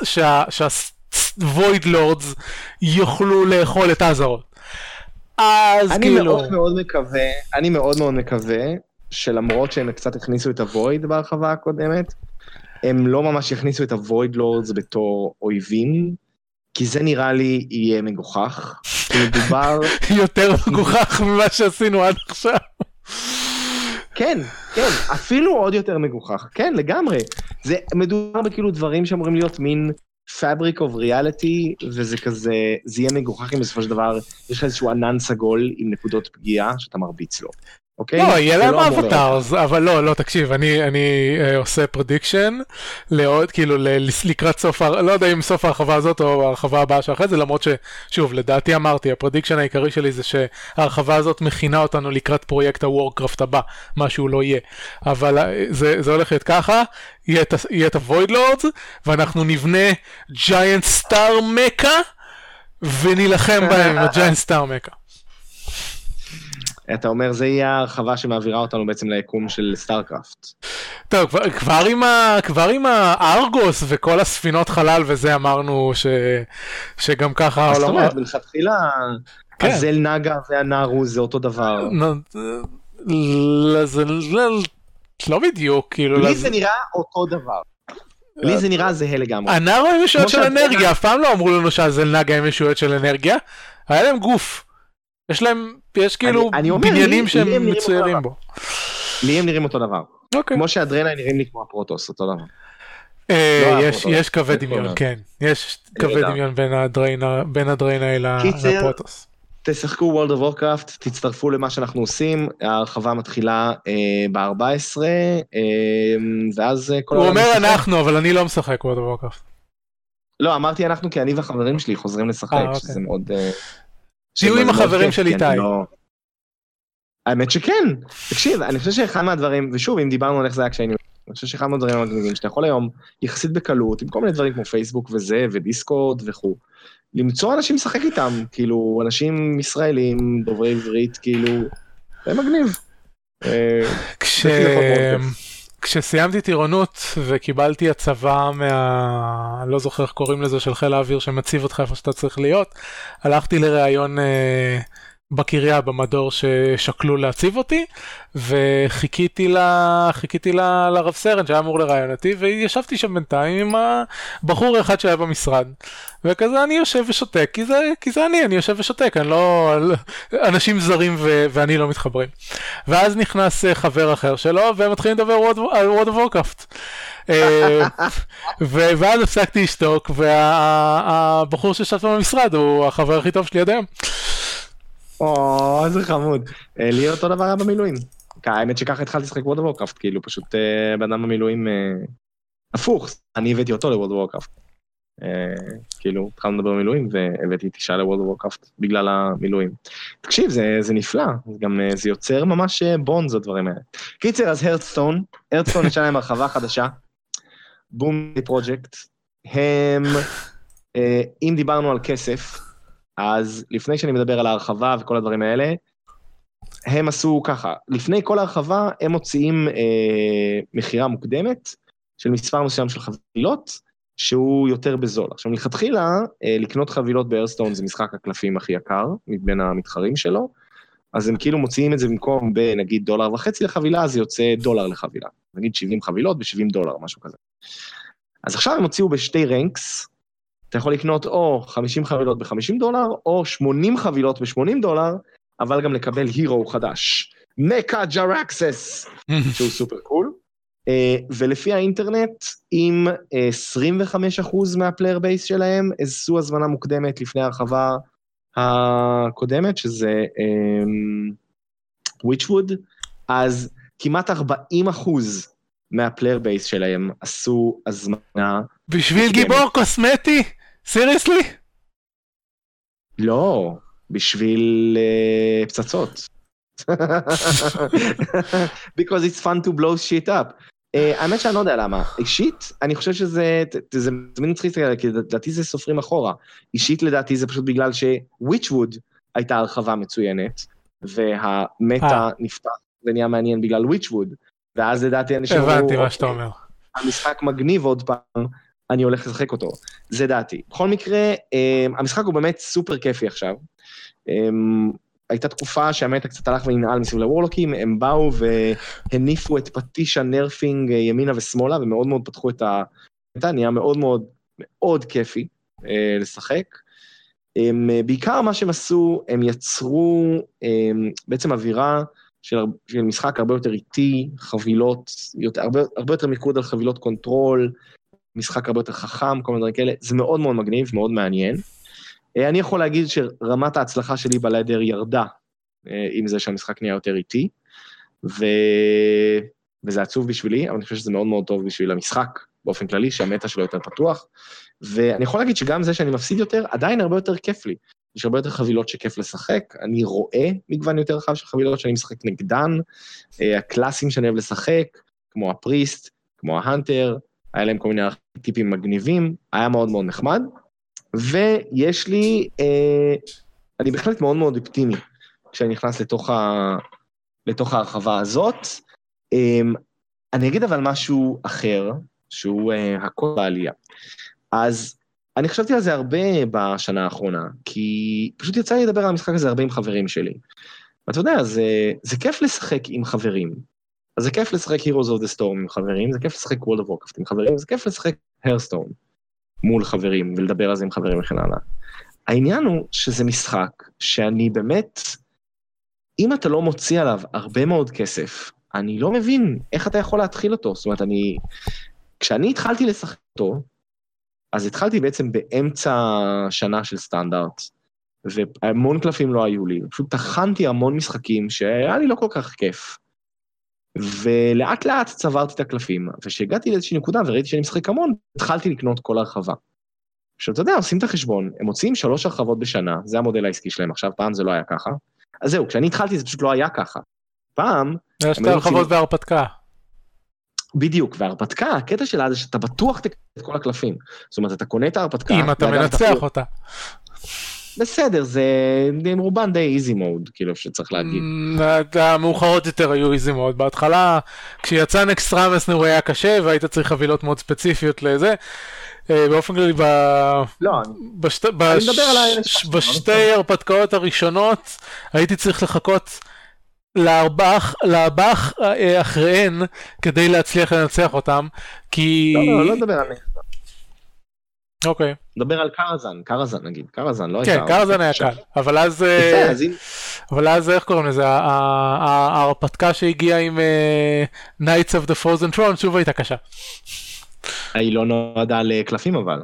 שהוויד לורדס יוכלו לאכול את אזרות. אז אני כאילו... מאוד מאוד מקווה, אני מאוד מאוד מקווה, שלמרות שהם קצת הכניסו את הוויד בהרחבה הקודמת, הם לא ממש הכניסו את הוויד לורדס בתור אויבים, כי זה נראה לי יהיה מגוחך, מדובר... יותר מגוחך ממה שעשינו עד עכשיו. כן, כן, אפילו עוד יותר מגוחך, כן, לגמרי. זה מדובר בכאילו דברים שאמורים להיות מין fabric of reality, וזה כזה, זה יהיה מגוחך אם בסופו של דבר, יש לך איזשהו ענן סגול עם נקודות פגיעה שאתה מרביץ לו. אוקיי? לא, יהיה להם אבטארס, אבל לא, לא, תקשיב, אני, אני עושה פרדיקשן, לעוד, כאילו, לקראת סוף, לא יודע אם סוף ההרחבה הזאת או ההרחבה הבאה שאחרי זה, למרות ששוב, לדעתי אמרתי, הפרדיקשן העיקרי שלי זה שההרחבה הזאת מכינה אותנו לקראת פרויקט הוורקראפט הבא, משהו לא יהיה, אבל זה, זה הולך להיות ככה, יהיה את, יהיה את הוויד לורדס, ואנחנו נבנה ג'יינט סטאר מקה, ונילחם בהם עם הג'יינט סטאר מקה. אתה אומר, זה יהיה ההרחבה שמעבירה אותנו בעצם ליקום של סטארקראפט. טוב, כבר, כבר, עם ה, כבר עם הארגוס וכל הספינות חלל וזה אמרנו ש, שגם ככה... זאת אומרת, מלכתחילה, הזל נגה והנארו זה אותו דבר. לא בדיוק, כאילו... לי זה נראה אותו דבר. לי זה נראה זהה לגמרי. הנארו הם ישויות של אנרגיה, אף פעם לא אמרו לנו שהזל נגה הם ישויות של אנרגיה, היה להם גוף. יש להם, יש כאילו בניינים שהם מצוירים בו. לי הם נראים אותו דבר. כמו שהאדרנליין נראים לי כמו הפרוטוס, אותו דבר. יש קווי דמיון, כן. יש קווי דמיון בין הדרנליין לפרוטוס. תשחקו World of Warcraft, תצטרפו למה שאנחנו עושים, ההרחבה מתחילה ב-ארבע עשרה, ואז... הוא אומר אנחנו, אבל אני לא משחק World of Warcraft. לא, אמרתי אנחנו כי אני והחברים שלי חוזרים לשחק, שזה מאוד... תהיו עם החברים של איתי. האמת שכן, תקשיב, אני חושב שאחד מהדברים, ושוב, אם דיברנו על איך זה היה כשהיינו, אני חושב שאחד מהדברים המגניבים, שאתה יכול היום יחסית בקלות, עם כל מיני דברים כמו פייסבוק וזה, ודיסקורד וכו', למצוא אנשים לשחק איתם, כאילו, אנשים ישראלים, דוברי עברית, כאילו, זה מגניב. כשסיימתי טירונות וקיבלתי הצבא מה... לא זוכר איך קוראים לזה, של חיל האוויר שמציב אותך איפה שאתה צריך להיות, הלכתי לראיון בקריה במדור ששקלו להציב אותי, וחיכיתי לה, חיכיתי לה, לרב סרן שהיה אמור לראיון אותי, וישבתי שם בינתיים עם הבחור אחד שהיה במשרד, וכזה אני יושב ושותק, כי זה, כי זה אני, אני יושב ושותק, אני לא, אנשים זרים ו, ואני לא מתחברים. ואז נכנס חבר אחר שלו, והם מתחילים לדבר על World of Warcraft. ואז הפסקתי לשתוק, והבחור ששת במשרד הוא החבר הכי טוב שלי עד היום. או, איזה חמוד. לי אותו דבר היה במילואים. האמת שככה התחלתי לשחק World of Warcraft, כאילו פשוט בן אדם במילואים הפוך, אני הבאתי אותו ל-World of Warcraft. כאילו, התחלנו לדבר במילואים, והבאתי תשעה ל-World of Warcraft בגלל המילואים. תקשיב, זה נפלא, גם זה יוצר ממש בונד, זה הדברים האלה. קיצר, אז הרדסטון, הרדסטון יש להם הרחבה חדשה, בום פרוג'קט, הם, אם דיברנו על כסף, אז לפני שאני מדבר על ההרחבה וכל הדברים האלה, הם עשו ככה, לפני כל ההרחבה הם מוציאים אה, מחירה מוקדמת של מספר מסוים של חבילות, שהוא יותר בזול. עכשיו מלכתחילה, אה, לקנות חבילות בהרסטון זה משחק הקלפים הכי יקר, מבין המתחרים שלו, אז הם כאילו מוציאים את זה במקום בנגיד דולר וחצי לחבילה, זה יוצא דולר לחבילה, נגיד שבעים חבילות ב-שבעים דולר, משהו כזה. אז עכשיו הם הוציאו בשתי רנקס, אתה יכול לקנות או חמישים חבילות ב-חמישים דולר, או שמונים חבילות ב-שמונים דולר, אבל גם לקבל הירו חדש. מקה ג'רקסס, שהוא סופר קול. ולפי האינטרנט, עם עשרים וחמישה אחוז מהפלייר בייס שלהם, עשו הזמנה מוקדמת לפני הרחבה הקודמת, שזה וויצ'ווד, אז כמעט ארבעים אחוז מהפלייר בייס שלהם עשו הזמנה. בשביל גיבור קוסמטי? סיריוסלי? לא, בשביל uh, פצצות. Because it's fun to blow shit up. Uh, האמת שאני לא יודע למה. אישית, אני חושב שזה, זה מין צריך להגיד, כי לדעתי זה סופרים אחורה. אישית לדעתי זה פשוט בגלל שוויצ'ווד הייתה הרחבה מצוינת, והמטה נפתח ונהיה מעניין בגלל וויצ'ווד, ואז לדעתי אנשים... הבנתי מה שאתה אומר. המשחק מגניב עוד פעם, אני הולך לשחק אותו. זה דעתי. בכל מקרה, המשחק הוא באמת סופר כיפי עכשיו. הייתה תקופה שהמטה קצת הלך וננעל מסביב לוורלוקים, הם באו והניפו את פטיש הנרפינג ימינה ושמאלה, ומאוד מאוד פתחו את המטה, נהיה מאוד מאוד מאוד כיפי לשחק. בעיקר מה שהם עשו, הם יצרו בעצם אווירה של, של משחק הרבה יותר איטי, חבילות, יותר, הרבה, הרבה יותר מיקוד על חבילות קונטרול, משחק הרבה יותר חכם, כל מיני דברים כאלה, זה מאוד מאוד מגניב, מאוד מעניין. אני יכול להגיד שרמת ההצלחה שלי בליידר ירדה, עם זה שהמשחק נהיה יותר איטי, ו... וזה עצוב בשבילי, אבל אני חושב שזה מאוד מאוד טוב בשביל המשחק, באופן כללי, שהמטה שלו יותר פתוח, ואני יכול להגיד שגם זה שאני מפסיד יותר, עדיין הרבה יותר כיף לי. יש הרבה יותר חבילות שכיף לשחק, אני רואה מגוון יותר רחב של חבילות שאני משחק נגדן, הקלאסים שאני אוהב לשחק, כמו הפריסט, כמו ההנטר, היה להם כל מיני טיפים מגניבים, היה מאוד מאוד נחמד, ויש לי, אה, אני בהחלט מאוד מאוד אופטימי, כשאני נכנס לתוך, ה, לתוך ההרחבה הזאת, אה, אני אגיד אבל משהו אחר, שהוא אה, הכל בעלייה. אז אני חשבתי על זה הרבה בשנה האחרונה, כי פשוט יצא לי לדבר על המשחק הזה הרבה עם חברים שלי. ואתה יודע, זה, זה כיף לשחק עם חברים. אז זה כיף לשחק Heroes of the Storm עם חברים, זה כיף לשחק World of Warcraft עם חברים, זה כיף לשחק Hearthstone מול חברים, ולדבר על זה עם חברים וכן הלאה. העניין הוא שזה משחק שאני באמת, אם אתה לא מוציא עליו הרבה מאוד כסף, אני לא מבין איך אתה יכול להתחיל אותו. זאת אומרת, אני, כשאני התחלתי לשחק אותו, אז התחלתי בעצם באמצע שנה של סטנדרט, והמון קלפים לא היו לי, פשוט תחנתי המון משחקים שהיה לי לא כל כך כיף, ולאט לאט צברתי את הקלפים, וכשהגעתי לאיזושהי נקודה וראיתי שאני משחק המון, התחלתי לקנות כל הרחבה. עכשיו אתה יודע, עושים את החשבון, הם מוציאים שלוש הרחבות בשנה, זה המודל העסקי שלהם, עכשיו פעם זה לא היה ככה, אז זהו, כשאני התחלתי זה פשוט לא היה ככה, פעם... יש את הרחבות והרפתקה. בדיוק, והרפתקה, הקטע שלה זה שאתה בטוח תקנה את כל הקלפים, זאת אומרת, אתה קונה את ההרפתקה... אם אתה מנצח אותה. בסדר, זה רובן די איזי מוד, כאילו שצריך להגיד. המאוחרות יותר היו איזי מוד, בהתחלה, כשיצא נקסטרמס הוא היה קשה, והיית צריך חבילות מאוד ספציפיות לזה, באופן כללי, בשתי הרפתקאות הראשונות, הייתי צריך לחכות לארבע אחריהן, כדי להצליח לנצח אותם, כי... לא, לא, לא מדבר על נקסטרמס. אוקיי. מדבר על קרזן, קרזן נגיד, קרזן לא הייתה... כן, קרזן היה קל, אבל אז... אבל אז איך קוראים לזה? ההרפתקה שהגיעה עם Knights of the Frozen Throne שוב הייתה קשה. היא לא נועדה לקלפים אבל,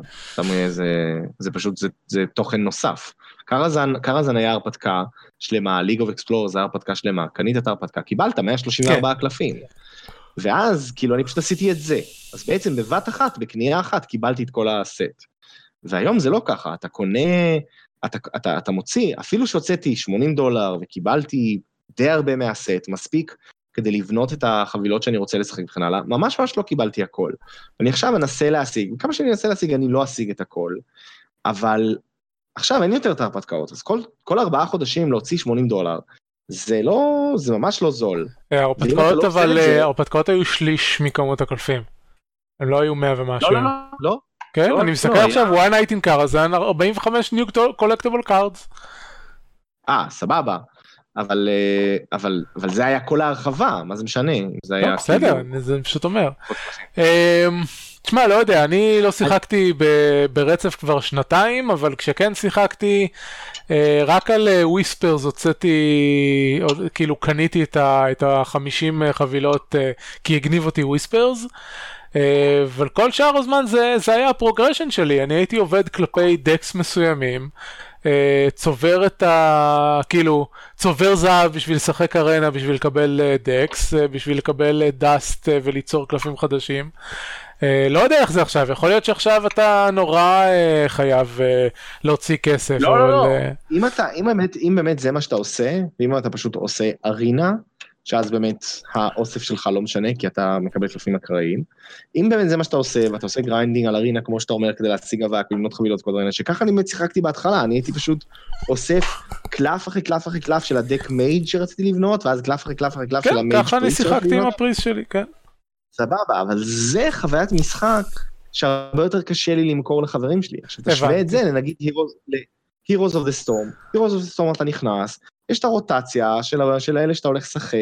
זה פשוט, זה תוכן נוסף. קרזן היה הרפתקה שלמה, League of Explorers זה הרפתקה שלמה, קנית את ההרפתקה, קיבלת מאה שלושים וארבעה קלפים. ואז, כאילו, אני פשוט עשיתי את זה. אז בעצם בבת אחת, בקנייה אחת, קיבלתי את כל הסט. והיום זה לא ככה, אתה קונה, אתה, אתה, אתה מוציא, אפילו שהוצאתי שמונים דולר, וקיבלתי די הרבה מהסט, מספיק כדי לבנות את החבילות שאני רוצה לשחק וכן הלאה, ממש ממש לא קיבלתי הכל. אני עכשיו אנסה להשיג, כמה שאני אנסה להשיג, אני לא אשיג את הכל, אבל עכשיו אין יותר את ההרפתקאות, אז כל, כל ארבעה חודשים להוציא שמונים דולר, זה לא, זה ממש לא זול. ההרפתקאות אבל, ההרפתקאות היו שליש מכמות הקלפים. הם לא היו מאה ומשהו. לא, לא, לא. כן, אני מסתכל עכשיו, one night in Karazhan, ארבעים וחמש new collectible cards. אה, סבבה. אבל, אבל, אבל זה היה כל ההרחבה, מה זה משנה? זה היה... בסדר, זה פשוט אומר. תשמע, לא יודע, אני לא שיחקתי ברצף כבר שנתיים, אבל כשכן שיחקתי, רק על וויספרס הוצאתי, כאילו קניתי את ה-חמישים חבילות, כי הגניב אותי וויספרס, אבל כל שאר הזמן זה, זה היה הפרוגרשן שלי, אני הייתי עובד כלפי דקס מסוימים, צובר את ה... כאילו, צובר זהב בשביל לשחק ארנה, בשביל לקבל דקס, בשביל לקבל דאסט וליצור קלפים חדשים. לא יודע איך זה עכשיו, יכול להיות שעכשיו אתה נורא חייב להוציא כסף. לא, לא, לא. אם אתה, אם באמת, אם באמת זה מה שאתה עושה, ואם אתה פשוט עושה ארינה, שאז באמת האוסף שלך לא משנה, כי אתה מקבל קלפים אקראיים. אם באמת זה מה שאתה עושה, ואתה עושה גריינדינג על ארינה, כמו שאתה אומר, כדי להשיג אבק, ולמנות חבילות כל דברים, שככה אני באמת שיחקתי בהתחלה, אני הייתי פשוט אוסף קלף אחרי קלף אחרי קלף של הדק מייג' שרציתי לבנות, ואז קלף אחרי קלף אחרי קלף של המייג' פריס. כן, ככה אני שיחקתי עם הפריס שלי, כן. סבבה, אבל זה חוויית משחק, שהרבה יותר קשה לי למכור לחברים שלי. עכשיו תשווה את זה, נגיד Heroes of the Storm. Heroes of the Storm אתה נכנס, יש את הרוטציה של, של האלה שאתה הולך לשחק,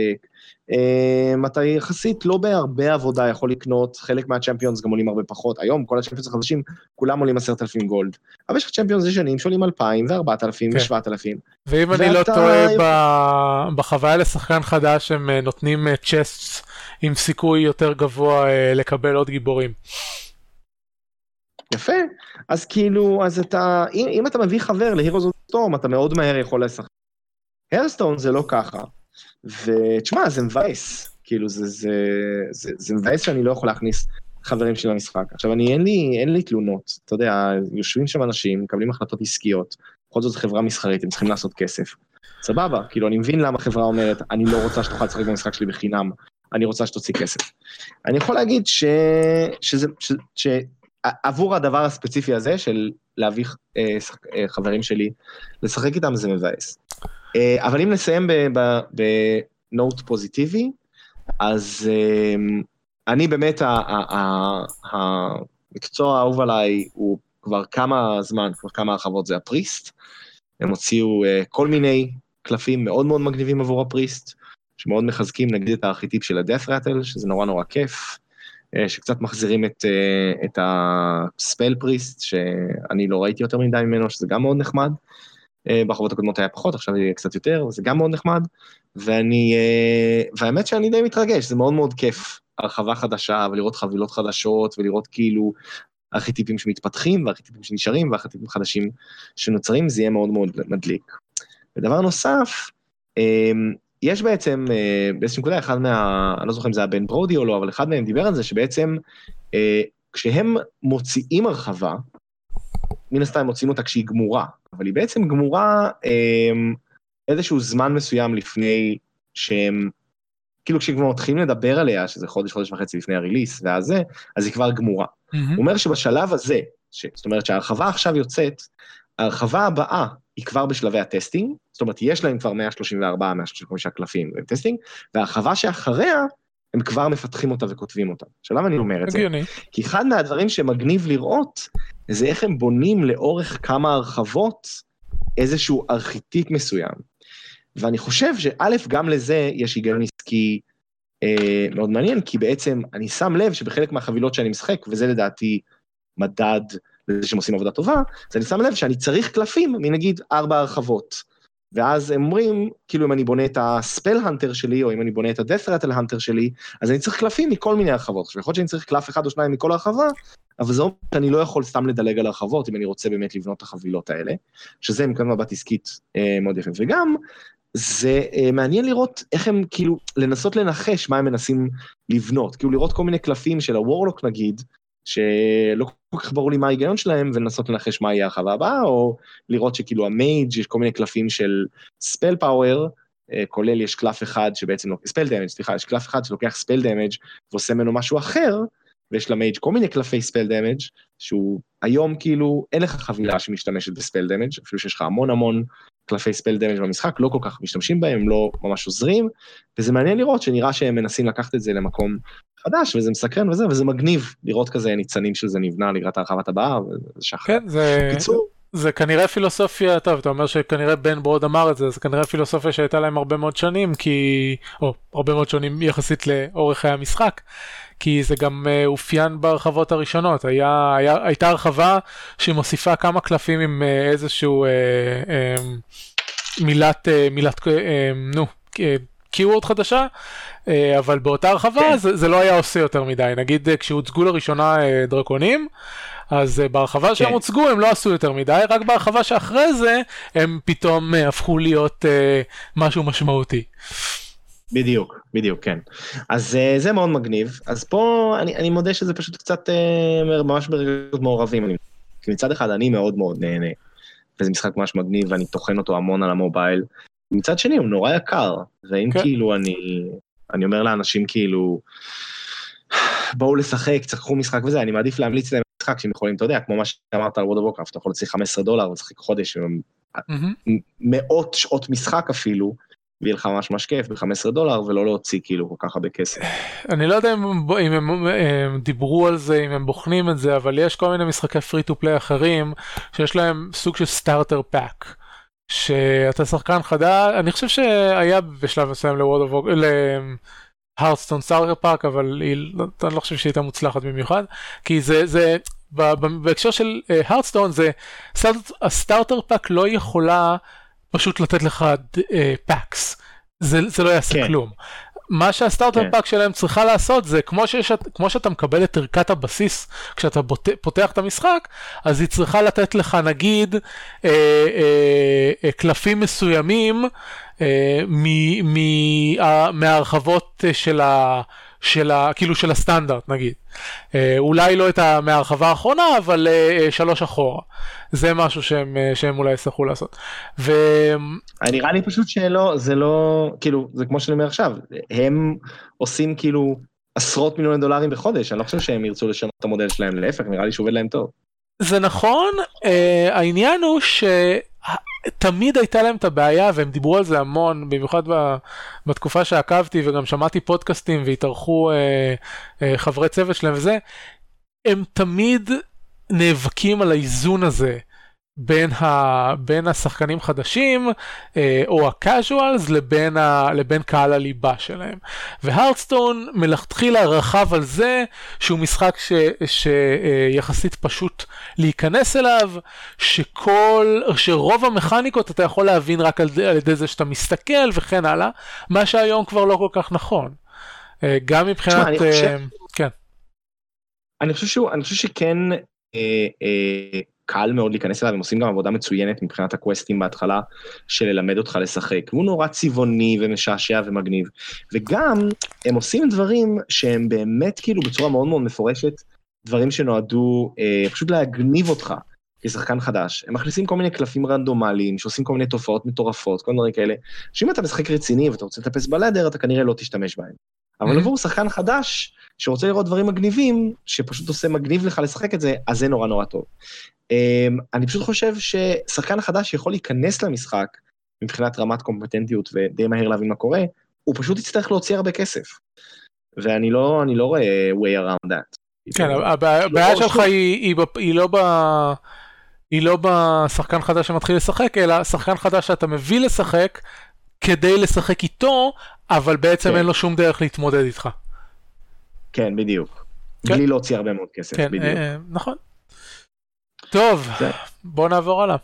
אתה יחסית לא בהרבה עבודה יכול לקנות, חלק מהצ'מפיונס גם עולים הרבה פחות, היום כל הצ'מפיונס החדשים כולם עולים עשרת אלפים גולד, אבל יש לך צ'מפיונס ישנים שעולים אלפיים וארבעת אלפים ושבעת אלפים. ואם אני לא טועה בחוויה לשחקן חדש הם נותנים צ'סט עם סיכוי יותר גבוה לקבל עוד גיבורים. יפה, אז כאילו, אז אתה, אם, אם אתה מביא חבר ל-Heroes of the Storm, אתה מאוד מהר יכול לשחק. הרסטון זה לא ככה, ותשמע, זה מבאס, כאילו, זה, זה, זה, זה מבאס שאני לא יכול להכניס חברים שלי למשחק. עכשיו, אני, אין לי, אין לי תלונות, אתה יודע, יושבים שם אנשים, מקבלים החלטות עסקיות, בכל זאת זו חברה מסחרית, הם צריכים לעשות כסף. סבבה, כאילו, אני מבין למה החברה אומרת, אני לא רוצה שתוכל לשחק במשחק שלי בחינם, אני רוצה שתוציא כסף. אני יכול להגיד ש... שזה... ש... ש... עבור הדבר הספציפי הזה של להביא חברים שלי, לשחק איתם זה מבאס. אבל אם נסיים בנוט פוזיטיבי, אז אני באמת, המקצוע האהוב עליי הוא כבר כמה זמן, כבר כמה הרחבות זה הפריסט, הם הוציאו uh, כל מיני קלפים מאוד מאוד מגניבים עבור הפריסט, שמאוד מחזקים נגיד את הארכיטיפ של הדף רטל, שזה נורא נורא כיף, uh, שקצת מחזירים את, uh, את הספל פריסט, שאני לא ראיתי יותר מדי ממנו, שזה גם מאוד נחמד, uh, בחובות הקודמות היה פחות, עכשיו יהיה קצת יותר, וזה גם מאוד נחמד, ואני, uh, והאמת שאני די מתרגש, זה מאוד מאוד כיף, הרחבה חדשה, ולראות חבילות חדשות, ולראות כאילו ארכיטיפים שמתפתחים, וארכיטיפים שנשארים, וארכיטיפים חדשים שנוצרים, זה יהיה מאוד מאוד מדליק. ודבר נוסף, יש בעצם, באיזושהי נקודה, אחד מה, אני לא זוכר אם זה היה בן ברודי או לא, אבל אחד מהם דיבר על זה, שבעצם, כשהם מוציאים הרחבה, מן הסתם מוציאים אותה כשהיא גמורה, אבל היא בעצם גמורה איזשהו זמן מסוים לפני שהם, כאילו כשהם כבר מתחילים לדבר עליה, שזה חודש, חודש וחצי לפני הריליס, ואז זה, אז היא כבר גמורה. Mm-hmm. הוא אומר שבשלב הזה, ש, זאת אומרת שההרחבה עכשיו יוצאת, ההרחבה הבאה היא כבר בשלבי הטסטינג, זאת אומרת יש להם כבר מאה שלושים וארבע, מאה שלושים וחמש קלפים בטסטינג, וההרחבה שאחריה, הם כבר מפתחים אותה וכותבים אותה. שלב אני אומר את זה, כי אחד מהדברים שמגניב לראות, זה איך הם בונים לאורך כמה הרחבות, איזשהו ארכיטיפ מסוים. ואני חושב שא' גם לזה יש היגיון עסקי אה, מאוד מעניין, כי בעצם אני שם לב שבחלק מהחבילות שאני משחק, וזה לדעתי מדד לזה שהם עושים עבודה טובה, אז אני שם לב שאני צריך קלפים מנגיד ארבע הרחבות, ואז הם אומרים, כאילו אם אני בונה את הספל הנטר שלי, או אם אני בונה את הדף רטל הנטר שלי, אז אני צריך קלפים מכל מיני הרחבות, עכשיו יכול להיות שאני צריך קלף אחד או שניים מכל הרחבה, אבל זה אומר שאני לא יכול סתם לדלג על הרחבות, אם אני רוצה באמת לבנות את החבילות האלה, שזה מכאן מבט עסקית אה, מאוד יפה, וגם זה uh, מעניין לראות איך הם כאילו, לנסות לנחש מה הם מנסים לבנות, כאילו לראות כל מיני קלפים של הוורלוק נגיד, שלא כל כך ברור לי מה ההיגיון שלהם, ולנסות לנחש מה יהיה הרחבה הבאה, או לראות שכאילו המייג' יש כל מיני קלפים של ספל פאוור, uh, כולל יש קלף אחד שבעצם, ספל דמג', סליחה, יש קלף אחד שלוקח ספל דמג' ועושה ממנו משהו אחר, ויש למייג' כל מיני קלפי ספל דמג' שהוא היום כאילו, אין לך חבילה שמשתמשת בספל דמג', אפילו שיש לך המון המון, קלפי ספל דמג' במשחק, לא כל כך משתמשים בהם, לא ממש עוזרים, וזה מעניין לראות שנראה שהם מנסים לקחת את זה למקום חדש, וזה מסקרן וזה, וזה מגניב לראות כזה ניצנים של זה נבנה לקראת הרחבת הבאה, וזה שחר. כן, זה... קיצור. זה כנראה פילוסופיה, טוב, אתה אומר שכנראה בן ברוד אמר את זה, זה כנראה פילוסופיה שהייתה להם הרבה מאוד שנים, כי, או הרבה מאוד שנים יחסית לאורך חיי המשחק, כי זה גם uh, אופיין ברחבות הראשונות, היה, היה, הייתה הרחבה שמוסיפה כמה קלפים עם uh, איזשהו uh, uh, מילת, uh, מילת, uh, נו, קיוורד חדשה, uh, אבל באותה הרחבה כן. זה, זה לא היה עושה יותר מדי, נגיד uh, כשהוצגו לראשונה uh, דרקונים, אז uh, בהרחבה שהם הוצגו הם לא עשו יותר מדי, רק בהרחבה שאחרי זה הם פתאום uh, הפכו להיות uh, משהו משמעותי. בדיוק, בדיוק, כן. אז uh, זה מאוד מגניב, אז פה אני, אני מודה שזה פשוט קצת uh, ממש ברגעות מעורבים, אני, כי מצד אחד אני מאוד מאוד נהנה, וזה משחק ממש מגניב ואני תוכן אותו המון על המובייל, מצד שני הוא נורא יקר, ואם כן. כאילו אני, אני אומר לאנשים כאילו, בואו לשחק, צחקו משחק וזה, אני מעדיף להמליץ להם משחק שהם יכולים, אתה יודע, כמו מה שאמרת על World of Warcraft, אתה יכול להצליח חמישה עשר דולר ולשחק חודש, mm-hmm. מאות שעות משחק אפילו, ויהיה לך ממש ממש כיף ב-חמישה עשר דולר, ולא להוציא כאילו כל כך הרבה כסף. אני לא יודע אם, אם הם, הם דיברו על זה, אם הם בוחנים את זה, אבל יש כל מיני משחקי פרי טו פליי אחרים, שיש להם סוג של סטארטר פאק, שאתה שחקן חדש, אני חושב שהיה בשלב מסוים ל-World of Warcraft, ל-Hearthstone סטארטר פאק, אבל היא, אני לא חושב שהיא הייתה מוצלחת במיוחד, כי זה, זה, בהקשר של Hearthstone, זה, הסטארטר פאק לא יכולה, פשוט לתת לך פאקס, זה, זה לא יעשה כן. כלום. מה שהסטארטר כן. פאק שלהם צריכה לעשות זה, כמו, שיש, כמו שאתה מקבל את ערכת הבסיס, כשאתה בוט, פותח את המשחק, אז היא צריכה לתת לך נגיד, אה, אה, אה, קלפים מסוימים, אה, מ, מ, אה, מהרחבות של ה... של ה, כאילו של הסטנדרט נגיד. אה, אולי לא את ה, מהרחבה האחרונה, אבל אה, שלוש אחורה. זה משהו שהם, שהם אולי יצטרכו לעשות. ו... נראה לי פשוט שלא, זה לא, כאילו, זה כמו שאני אומר עכשיו, הם עושים כאילו עשרות מיליוני דולרים בחודש, אני לא חושב שהם ירצו לשנות את המודל שלהם, להפך, נראה לי שעובד להם טוב. זה נכון, אה, העניין הוא ש... תמיד הייתה להם את הבעיה, והם דיברו על זה המון, במיוחד בתקופה שעקבתי, וגם שמעתי פודקאסטים, והתארחו אה, אה, חברי צוות שלהם וזה, הם תמיד נאבקים על האיזון הזה בין, ה, בין השחקנים חדשים אה, או הקאז'ואלס לבין, ה, לבין קהל הליבה שלהם. והרדסטון מלכתחילה רחב על זה שהוא משחק ש, שיחסית פשוט להיכנס אליו, שכל, שרוב המכניקות אתה יכול להבין רק על, על ידי זה שאתה מסתכל וכן הלאה, מה שהיום כבר לא כל כך נכון. אה, גם מבחינת... שמה, אני חושב... אה, כן. אני חושב, שהוא, אני חושב שכן... אה, אה... קל מאוד להיכנס אליו, הם עושים גם עבודה מצוינת מבחינת הקווסטים בהתחלה, של ללמד אותך לשחק, והוא נורא צבעוני ומשעשע ומגניב, וגם הם עושים דברים שהם באמת כאילו בצורה מאוד מאוד מפורשת, דברים שנועדו אה, פשוט להגניב אותך כשחקן חדש, הם מכניסים כל מיני קלפים רנדומליים, שעושים כל מיני תופעות מטורפות, כל דברים כאלה, שאם אתה משחק רציני ואתה רוצה לטפס בלדר, אתה כנראה לא תשתמש בהם. אבל עבור שחקן חדש, שרוצה לראות דברים מגניבים, שפשוט עושה מגניב לך לשחק את זה, אז זה נורא נורא טוב. אני פשוט חושב ששחקן חדש יכול להיכנס למשחק, מבחינת רמת קומפטנטיות ודי מהר להבין מה קורה, הוא פשוט יצטרך להוציא הרבה כסף. ואני לא, אני לא רואה way around that. כן, הבעיה שלך היא לא ב... היא לא בשחקן חדש שמתחיל לשחק, אלא שחקן חדש שאתה מביא לשחק, כדי לשחק איתו, אבל בעצם אין לו שום דרך להתמודד איתך. כן, בדיוק. בלי להוציא הרבה מאוד כסף, בדיוק. נכון. טוב, בוא נעבור הלאה.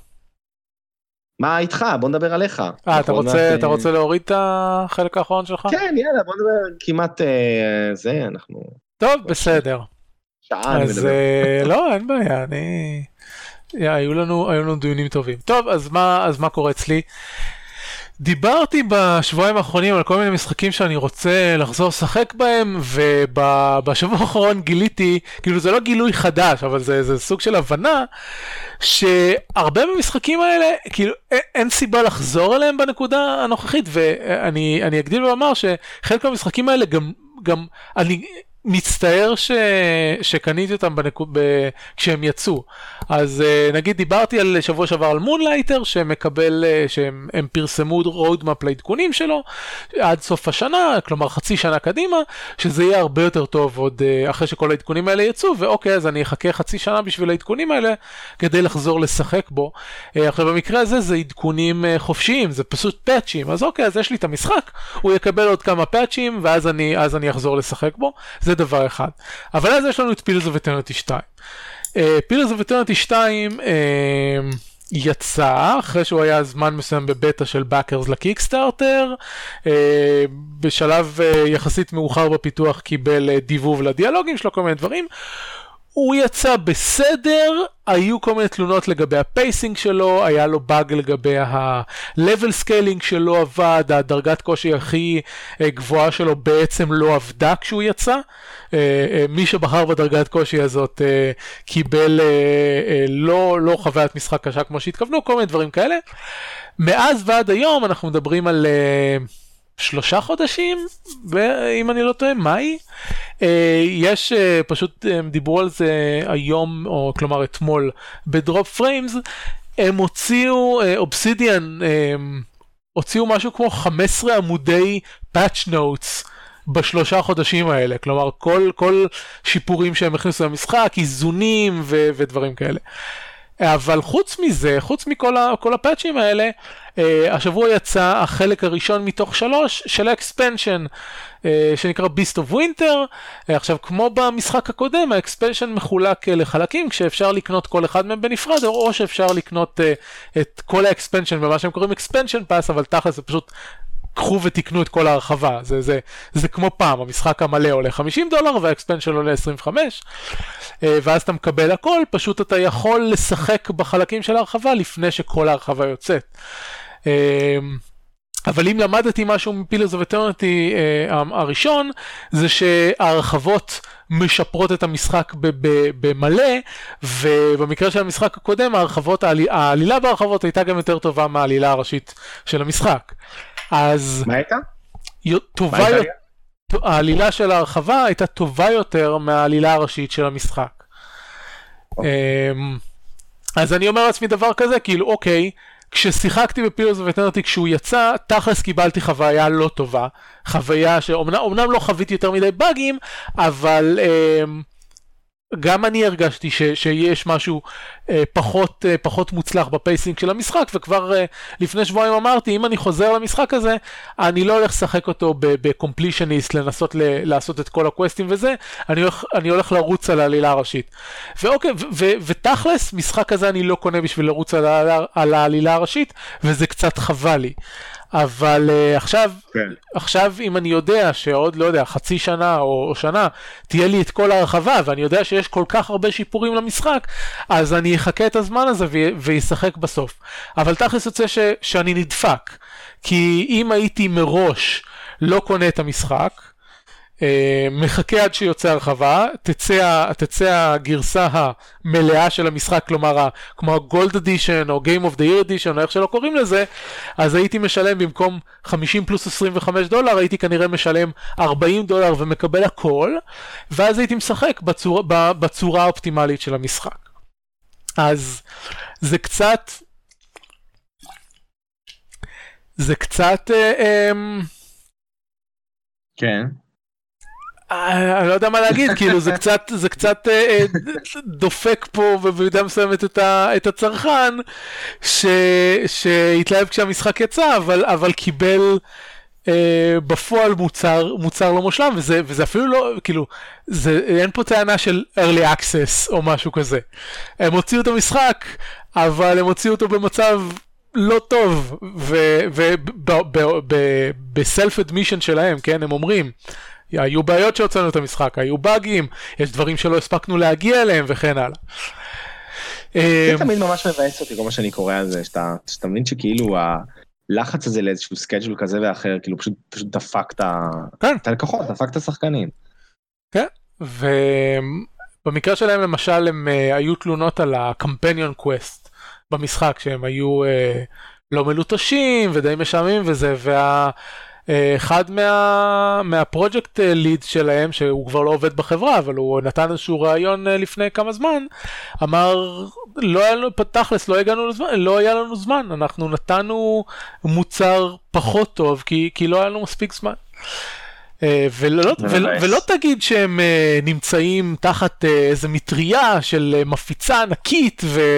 מה איתך? בוא נדבר עליך. אה, אתה רוצה, אתה רוצה להוריד את החלק האחרון שלך? כן, יאללה, בוא נדבר כמעט זה, אנחנו... טוב, בסדר. שעה אני מדבר. אז לא, אין בעיה, אני... היו לנו, היו לנו דיונים טובים. טוב, אז מה, אז מה קורה אצלי? דיברתי בשבועיים האחרונים על כל מיני משחקים שאני רוצה לחזור לשחק בהם, ובשבוע האחרון גיליתי, כאילו זה לא גילוי חדש, אבל זה, זה סוג של הבנה, שהרבה מהמשחקים האלה, כאילו אין סיבה לחזור אליהם בנקודה הנוכחית, ואני אני אגדיל ואומר שחלק מהמשחקים האלה גם, גם אני... מצטער ש... שקניתי אותם בנקוד ב... כשהם יצאו. אז נגיד דיברתי על שבוע שעבר על מונלייטר שמקבל, שהם הם פרסמו רודמאפ לעדכונים שלו עד סוף השנה, כלומר חצי שנה קדימה, שזה יהיה הרבה יותר טוב עוד אחרי שכל העדכונים האלה יצאו, ואוקיי, אז אני אחכה חצי שנה בשביל העדכונים האלה כדי לחזור לשחק בו. עכשיו במקרה הזה זה עדכונים חופשיים, זה פשוט פאצ'ים, אז אוקיי, אז יש לי את המשחק, הוא יקבל עוד כמה פאצ'ים ואז אני, אז אני אחזור לשחק בו. זה דבר אחד. אבל אז יש לנו את פילרס אוף אטרניטי שתיים. פילרס אוף אטרניטי שתיים יצא אחרי שהוא היה זמן מסוים בבטא של באקרס לקיקסטארטר, בשלב יחסית מאוחר בפיתוח קיבל דיבוב לדיאלוגים שלו, כל מיני דברים. הוא יצא בסדר, היו כל מיני תלונות לגבי הפייסינג שלו, היה לו באג לגבי ה-level scaling שלו עבד, הדרגת קושי הכי גבוהה שלו בעצם לא עבדה כשהוא יצא. מי שבחר בדרגת קושי הזאת קיבל לא, לא חוויית משחק קשה כמו שהתכוונו, כל מיני דברים כאלה. מאז ועד היום אנחנו מדברים על... שלושה חודשים, אם אני לא טועה, מאי. יש, פשוט הם דיברו על זה היום, או כלומר אתמול, בדרופ פריימס, הם הוציאו, אובסידיאן, הוציאו משהו כמו חמישה עשר עמודי patch notes, בשלושה חודשים האלה, כלומר כל, כל שיפורים שהם הכניסו למשחק, איזונים ו- ודברים כאלה. אבל חוץ מזה, חוץ מכל ה- כל הפאצ'ים האלה, uh, השבוע יצא החלק הראשון מתוך שלוש של האקספנשן, uh, שנקרא Beast of Winter. Uh, עכשיו, כמו במשחק הקודם, האקספנשן מחולק uh, לחלקים, כשאפשר לקנות כל אחד מהם בנפרד, או שאפשר לקנות uh, את כל האקספנשן, במה שהם קוראים אקספנשן פאס, אבל תכל'ס זה פשוט... קחו ותקנו את כל ההרחבה, זה, זה, זה כמו פעם, המשחק המלא עולה חמישים דולר והאקספנשן עולה עשרים וחמש, ואז אתה מקבל הכל, פשוט אתה יכול לשחק בחלקים של ההרחבה לפני שכל ההרחבה יוצאת. אבל אם למדתי משהו מפילרס אוף אטרניטי הראשון, זה שההרחבות משפרות את המשחק במלא, ובמקרה של המשחק הקודם, ההרחבות, העלילה בהרחבות הייתה גם יותר טובה מהעלילה הראשית של המשחק. אז מה הייתה? טובה יותר, העלילה של ההרחבה הייתה טובה יותר מהעלילה הראשית של המשחק. אז אני אומר לעצמי דבר כזה, כאילו אוקיי, כששיחקתי בפילרס אוף אטרניטי כשהוא יצא, תכלס קיבלתי חוויה לא טובה, חוויה שאומנם לא חוויתי יותר מדי באגים, אבל גם אני הרגשתי ש, שיש משהו אה, פחות, אה, פחות מוצלח בפייסינג של המשחק, וכבר אה, לפני שבועיים אמרתי, אם אני חוזר למשחק הזה, אני לא הולך לשחק אותו בקומפלישניסט, לנסות ל, לעשות את כל הקווסטים וזה, אני הולך, אני הולך לרוץ על העלילה הראשית. ואוקיי, ו, ו, ותכלס, משחק הזה אני לא קונה בשביל לרוץ על, על, על העלילה הראשית, וזה קצת חבל לי. אבל uh, עכשיו, כן. עכשיו אם אני יודע שעוד לא יודע חצי שנה או, או שנה תהיה לי את כל הרחבה ואני יודע שיש כל כך הרבה שיפורים למשחק, אז אני אחכה את הזמן הזה וישחק בסוף. אבל תכלס יוצא ש, שאני נדפק, כי אם הייתי מראש לא קונה את המשחק, מחכה עד שיוצא הרחבה, תצא, תצא הגרסה המלאה של המשחק, כלומר כמו הגולד אדישן או Game of the Year אדישן או איך שלא קוראים לזה, אז הייתי משלם במקום חמישים פלוס עשרים וחמש דולר, הייתי כנראה משלם ארבעים דולר ומקבל הכל, ואז הייתי משחק בצורה, בצורה האופטימלית של המשחק. אז זה קצת זה קצת כן, אני לא יודע מה להגיד, כאילו זה קצת, זה קצת דופק פה ובמידה מסוימת את הצרכן שהתלהב כשהמשחק יצא, אבל, אבל קיבל בפועל מוצר, מוצר לא מושלם, וזה, וזה אפילו לא, כאילו, זה, אין פה טענה של early access או משהו כזה. הם הוציאו את המשחק, אבל הם הוציאו אותו במצב לא טוב, ובסלף אדמישן שלהם, כן, הם אומרים, היו בעיות שהוצאנו את המשחק, היו באגים, יש דברים שלא הספקנו להגיע אליהם וכן הלאה. זה תמיד ממש מבאס אותי, כל מה שאני קורא על זה, שאתה מבין שכאילו הלחץ הזה לאיזשהו סקייג'ול כזה ואחר, כאילו פשוט דפק את הלקוחות, דפק את השחקנים. כן, ובמקרה שלהם למשל הם היו תלונות על הקמפיון קווסט במשחק, שהם היו לא מלוטשים ודי משעמים וזה, וה... אחד מה, מהפרויקט ליד שלהם, שהוא כבר לא עובד בחברה, אבל הוא נתן איזשהו רעיון לפני כמה זמן, אמר, לא היה לנו, תכלס, לא הגענו לזמן, לא היה לנו זמן, אנחנו נתנו מוצר פחות טוב, כי, כי לא היה לנו מספיק זמן. ולא, ולא, ולא תגיד שהם נמצאים תחת איזו מטריה של מפיצה ענקית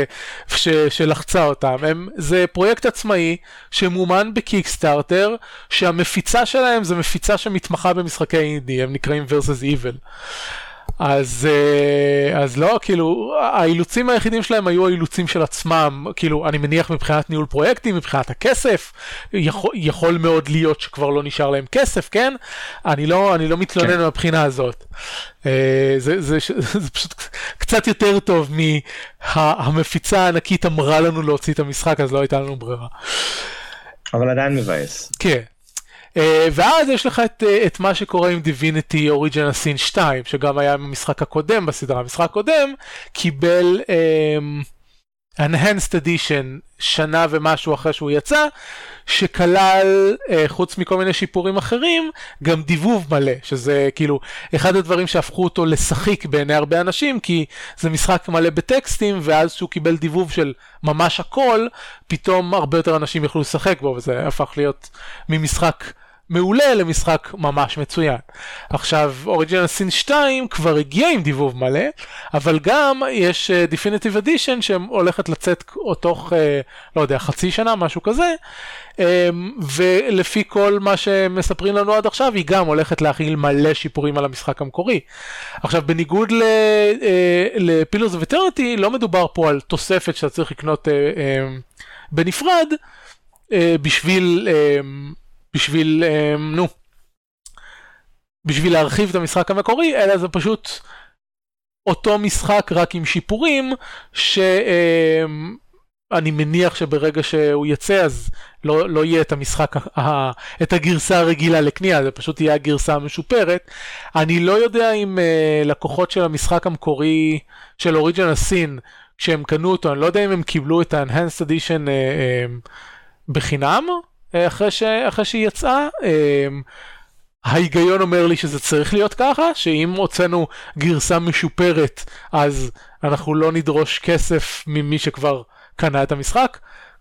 שלחצה אותם. הם, זה פרויקט עצמאי שמומן בקיקסטארטר, שהמפיצה שלהם זה מפיצה שמתמחה במשחקי אינדי, הם נקראים versus evil. אז, אז לא, כאילו, האילוצים היחידים שלהם היו האילוצים של עצמם, כאילו, אני מניח מבחינת ניהול פרויקטים, מבחינת הכסף, יכול, יכול מאוד להיות שכבר לא נשאר להם כסף, כן? אני לא, אני לא מתלונן כן. מהבחינה הזאת. זה, זה, זה, זה פשוט קצת יותר טוב מהמפיצה הענקית אמרה לנו להוציא את המשחק, אז לא הייתה לנו ברירה. אבל עדיין מבאס. כן. Uh, ואז יש לך את, uh, את מה שקורה עם Divinity Original Sin שתיים, שגם היה במשחק הקודם בסדרה. המשחק הקודם קיבל um, Enhanced Edition שנה ומשהו אחרי שהוא יצא, שכלל, uh, חוץ מכל מיני שיפורים אחרים, גם דיבוב מלא, שזה כאילו אחד הדברים שהפכו אותו לשחיק בעיני הרבה אנשים, כי זה משחק מלא בטקסטים, ואז שהוא קיבל דיבוב של ממש הכל, פתאום הרבה יותר אנשים יכלו לשחק בו, וזה הפך להיות ממשחק מעולה למשחק ממש מצוין. עכשיו, Original Sin שתיים כבר הגיע עם דיבוב מלא, אבל גם יש uh, Definitive Edition שהולכת לצאת תוך, uh, לא יודע, חצי שנה, משהו כזה, um, ולפי כל מה שמספרים לנו עד עכשיו, היא גם הולכת להכיל מלא שיפורים על המשחק המקורי. עכשיו, בניגוד ל-Pillars of Eternity, לא מדובר פה על תוספת שאתה צריך לקנות uh, um, בנפרד, uh, בשביל... Um, בשביל, נו, בשביל להרחיב את המשחק המקורי, אלא זה פשוט אותו משחק רק עם שיפורים, שאני מניח שברגע שהוא יצא, אז לא, לא יהיה את המשחק, את הגרסה הרגילה לקנייה, זה פשוט יהיה הגרסה המשופרת. אני לא יודע אם לקוחות של המשחק המקורי של Original Sin, כשהם קנו אותו, אני לא יודע אם הם קיבלו את ה-Enhanced Edition בחינם, אחרי, ש... אחרי שהיא יצאה, ההיגיון אומר לי שזה צריך להיות ככה, שאם הוצאנו גרסה משופרת, אז אנחנו לא נדרוש כסף ממי שכבר קנה את המשחק,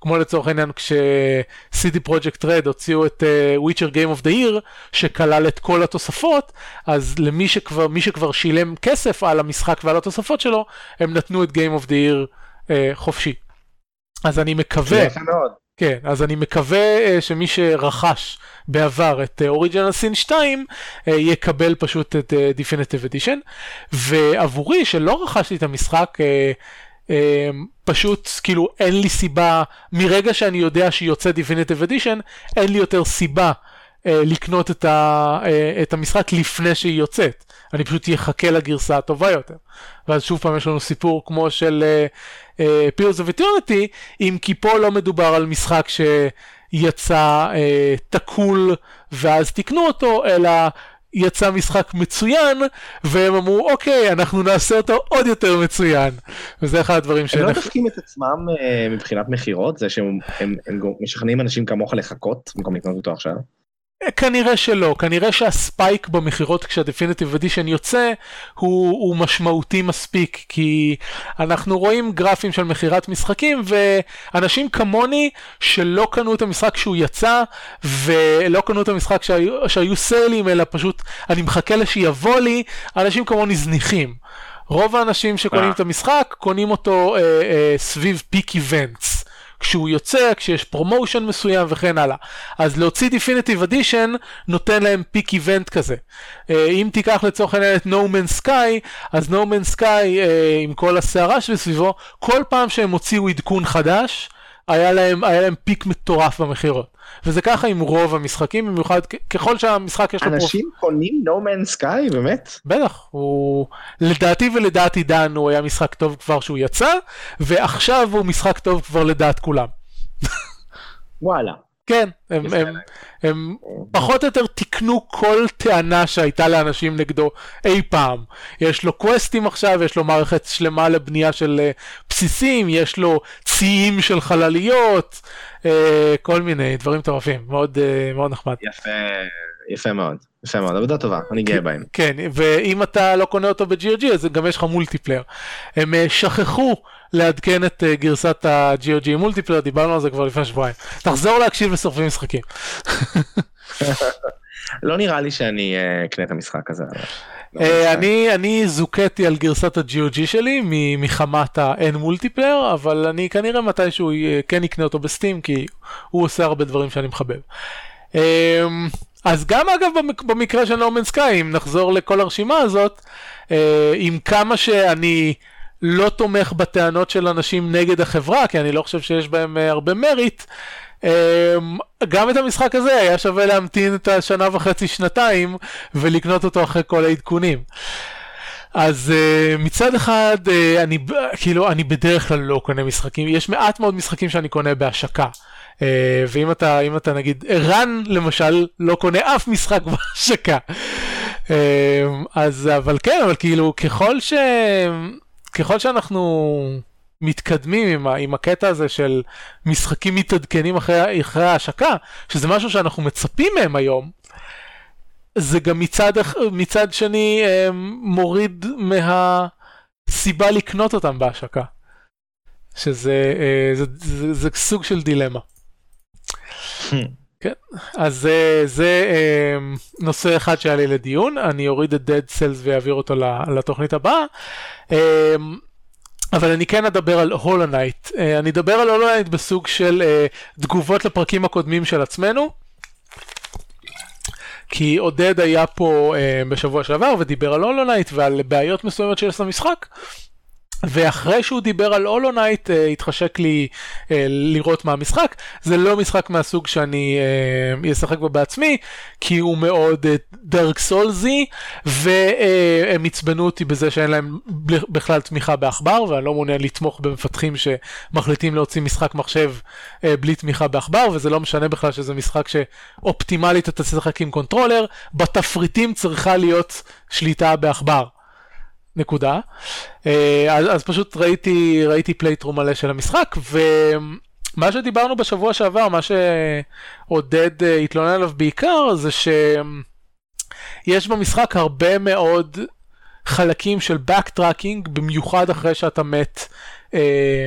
כמו לצורך העניין כש-סי די Projekt Red הוציאו את uh, Witcher Game of the Year, שכלל את כל התוספות, אז למי שכבר, מי שכבר שילם כסף על המשחק ועל התוספות שלו, הם נתנו את Game of the Year uh, חופשי. אז אני מקווה... יפה מאוד. כן, אז אני מקווה uh, שמי שרכש בעבר את uh, Original Sin שתיים, uh, יקבל פשוט את uh, Definitive Edition, ועבורי שלא רכשתי את המשחק, uh, uh, פשוט כאילו אין לי סיבה, מרגע שאני יודע שיוצא Definitive Edition, אין לי יותר סיבה uh, לקנות את, ה, uh, את המשחק לפני שהיא יוצאת. אני פשוט יחכה לגרסה הטובה יותר. ואז שוב פעם יש לנו סיפור כמו של uh, uh, Pillars of Eternity, אם כי פה לא מדובר על משחק שיצא uh, תקול ואז תקנו אותו, אלא יצא משחק מצוין, והם אמרו, אוקיי, אנחנו נעשה אותו עוד יותר מצוין. וזה אחד הדברים ש... הם לא דופקים את עצמם uh, מבחינת מחירות, זה שהם הם, הם משכנעים אנשים כמוך לחכות, במקום לקנות אותו עכשיו? כנראה שלא, כנראה שהספייק במחירות כשהדפיניטיב אדישן יוצא הוא, הוא משמעותי מספיק, כי אנחנו רואים גרפים של מחירת משחקים, ואנשים כמוני שלא קנו את המשחק כשהוא יצא, ולא קנו את המשחק שהיו, שהיו סיילים, אלא פשוט אני מחכה לשיבוא לי, אנשים כמוני זניחים. רוב האנשים שקונים את המשחק, קונים אותו אה, אה, סביב פיק איבנטס. כשהוא יוצא, כשיש פרומושן מסוים וכן הלאה. אז להוציא Definitive Edition נותן להם פיק איבנט כזה. אם תיקח לצורך העניין את No Man's Sky, אז No Man's Sky עם כל הסערה שבסביבו, כל פעם שהם הוציאו עדכון חדש, היה להם, היה להם פיק מטורף במחירות. וזה ככה עם רוב המשחקים, במיוחד ככל שהמשחק יש לו פרופ... אנשים קונים No Man's Sky, באמת? בטח, הוא... לדעתי ולדעתי דן הוא היה משחק טוב כבר שהוא יצא, ועכשיו הוא משחק טוב כבר לדעת כולם. וואלה. כן, הם, הם, הם פחות או יותר תקנו כל טענה שהייתה לאנשים נגדו אי פעם. יש לו קווסטים עכשיו, יש לו מערכת שלמה לבנייה של בסיסים, יש לו ציים של חלליות, כל מיני דברים טורפים, מאוד, מאוד נחמד. יפה, יפה מאוד, יפה מאוד, עבודה טובה, אני גאה בהם. כן, ואם אתה לא קונה אותו ב-ג'י או ג'י, אז גם יש לך מולטיפלייר. הם שכחו לעדכן את גרסת ה-ג'י או ג'י מולטיפלייר, דיברנו על זה כבר לפני שבועיים. תחזור להקשיב לשורפים משחקים. לא נראה לי שאני אקנה את המשחק הזה. אני אני זוקתי על גרסת ה-ג'י או ג'י שלי מחמת ה-N מולטיפלייר, אבל אני כנראה מתישהו כן יקנה אותו בסטים, כי הוא עושה הרבה דברים שאני מחבב. אז גם אגב במקרה של No Man's Sky, אם נחזור לכל הרשימה הזאת, עם כמה שאני לא תומך בטענות של אנשים נגד החברה, כי אני לא חושב שיש בהם הרבה מריט, גם את המשחק הזה היה שווה להמתין את השנה וחצי שנתיים ולקנות אותו אחרי כל העדכונים. אז מצד אחד אני כאילו אני בדרך כלל לא קונה משחקים, יש מעט מאוד משחקים שאני קונה בהשקה, ואם אתה אם אתה נגיד ערן למשל לא קונה אף משחק בהשקה, אז אבל כן, אבל כאילו ככל ש ככל שאנחנו מתקדמים עם, עם הקטע הזה של משחקים מתעדכנים אחרי, אחרי ההשקה, שזה משהו שאנחנו מצפים מהם היום, זה גם מצד, מצד שני מוריד מהסיבה לקנות אותם בהשקה. שזה זה, זה, זה סוג של דילמה. כן, אז זה, זה נושא אחד שהיה לי לדיון, אני אוריד את Dead Cells ויעביר אותו לתוכנית הבאה. אבל אני כן אדבר על הולו נייט. אני אדבר על הולו נייט בסוג של uh, תגובות לפרקים הקודמים של עצמנו, כי עודד היה פה uh, בשבוע שעבר ודיבר על הולו נייט ועל בעיות מסוימות שיש למשחק, ואחרי שהוא דיבר על הולו נייט, uh, התחשק לי uh, לראות מה המשחק. זה לא משחק מהסוג שאני uh, אשחק בו בעצמי, כי הוא מאוד דארק uh, סולזי, והם uh, הצבנו אותי בזה שאין להם בכלל תמיכה באחבר, ואני לא מעוניין לתמוך במפתחים שמחליטים להוציא משחק מחשב uh, בלי תמיכה באחבר, וזה לא משנה בכלל שזה משחק שאופטימלית אתה תשחק עם קונטרולר, בתפריטים צריכה להיות שליטה באחבר. נקודה. אז, אז פשוט ראיתי, ראיתי פלייטרו מלא של המשחק, ומה שדיברנו בשבוע שעבר, מה שעודד התלונן עליו בעיקר, זה שיש במשחק הרבה מאוד חלקים של backtracking, במיוחד אחרי שאתה מת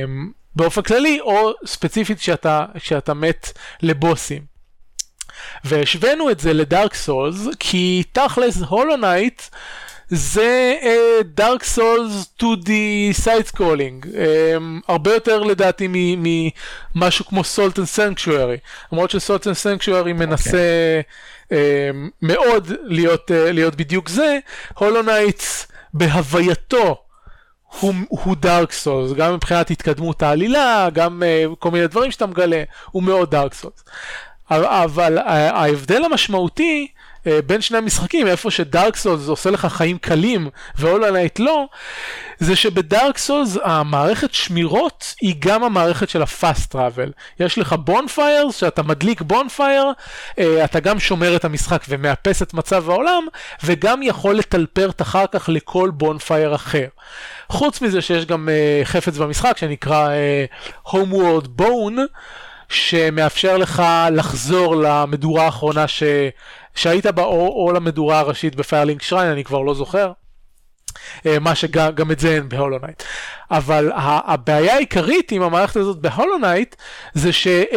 באופן כללי, או ספציפית שאתה, שאתה מת לבוסים. והשווינו את זה לדארק סולס, כי תכלס הולו נייט זה דארק סולס טו די סייד סקרולינג, הרבה יותר לדעתי ממשהו כמו סולט אנד סנקצ'וארי, למרות שסולט אנד סנקצ'וארי מנסה okay. מאוד להיות, להיות בדיוק זה, הולו נייט בהווייתו הוא, הוא דארק סולס, גם מבחינת התקדמות העלילה, גם uh, כל מיני דברים שאתה מגלה, הוא מאוד דארק סולס. אבל ההבדל המשמעותי uh, בין שני המשחקים, איפה שדארק סולס עושה לך חיים קלים והולו נייט לא, זה שבדארק סולס המערכת שמירות היא גם המערכת של הפאסט טראבל. יש לך בונפיירס, שאתה מדליק בונפייר, uh, אתה גם שומר את המשחק ומאפס את מצב העולם, וגם יכול לטלפרט אחר כך לכל בונפייר אחר. חוץ מזה שיש גם uh, חפץ במשחק שנקרא uh, Homeworld Bone, שמאפשר לך לחזור למדורה האחרונה ש... שהיית בה, או, או למדורה הראשית בפיירלינק שריין, אני כבר לא זוכר, uh, מה שגם גם את זה אין בהולו נייט. אבל הבעיה העיקרית עם המערכת הזאת בהולו נייט, זה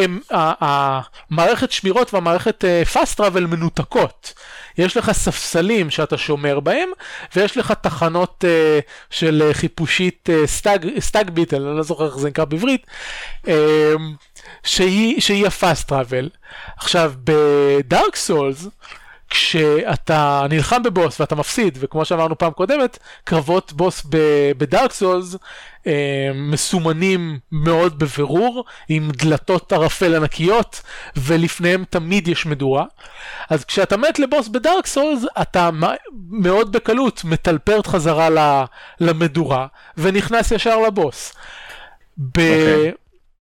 שהמערכת שמירות והמערכת uh, fast travel מנותקות. יש לך ספסלים שאתה שומר בהם, ויש לך תחנות uh, של uh, חיפושית uh, סטאג, סטאג ביטל, אני לא זוכר איך זה נקרא בעברית, uh, שהיא, שהיא ה-fast travel. עכשיו, בדארק סולס, כשאתה נלחם בבוס ואתה מפסיד, וכמו שאמרנו פעם קודמת, קרבות בוס בדארק סולס אה, מסומנים מאוד בבירור, עם דלתות ערפל ענקיות, ולפניהם תמיד יש מדורה. אז כשאתה מת לבוס בדארק סולס, אתה מאוד בקלות מטלפרט חזרה למדורה, ונכנס ישר לבוס. ב... Okay.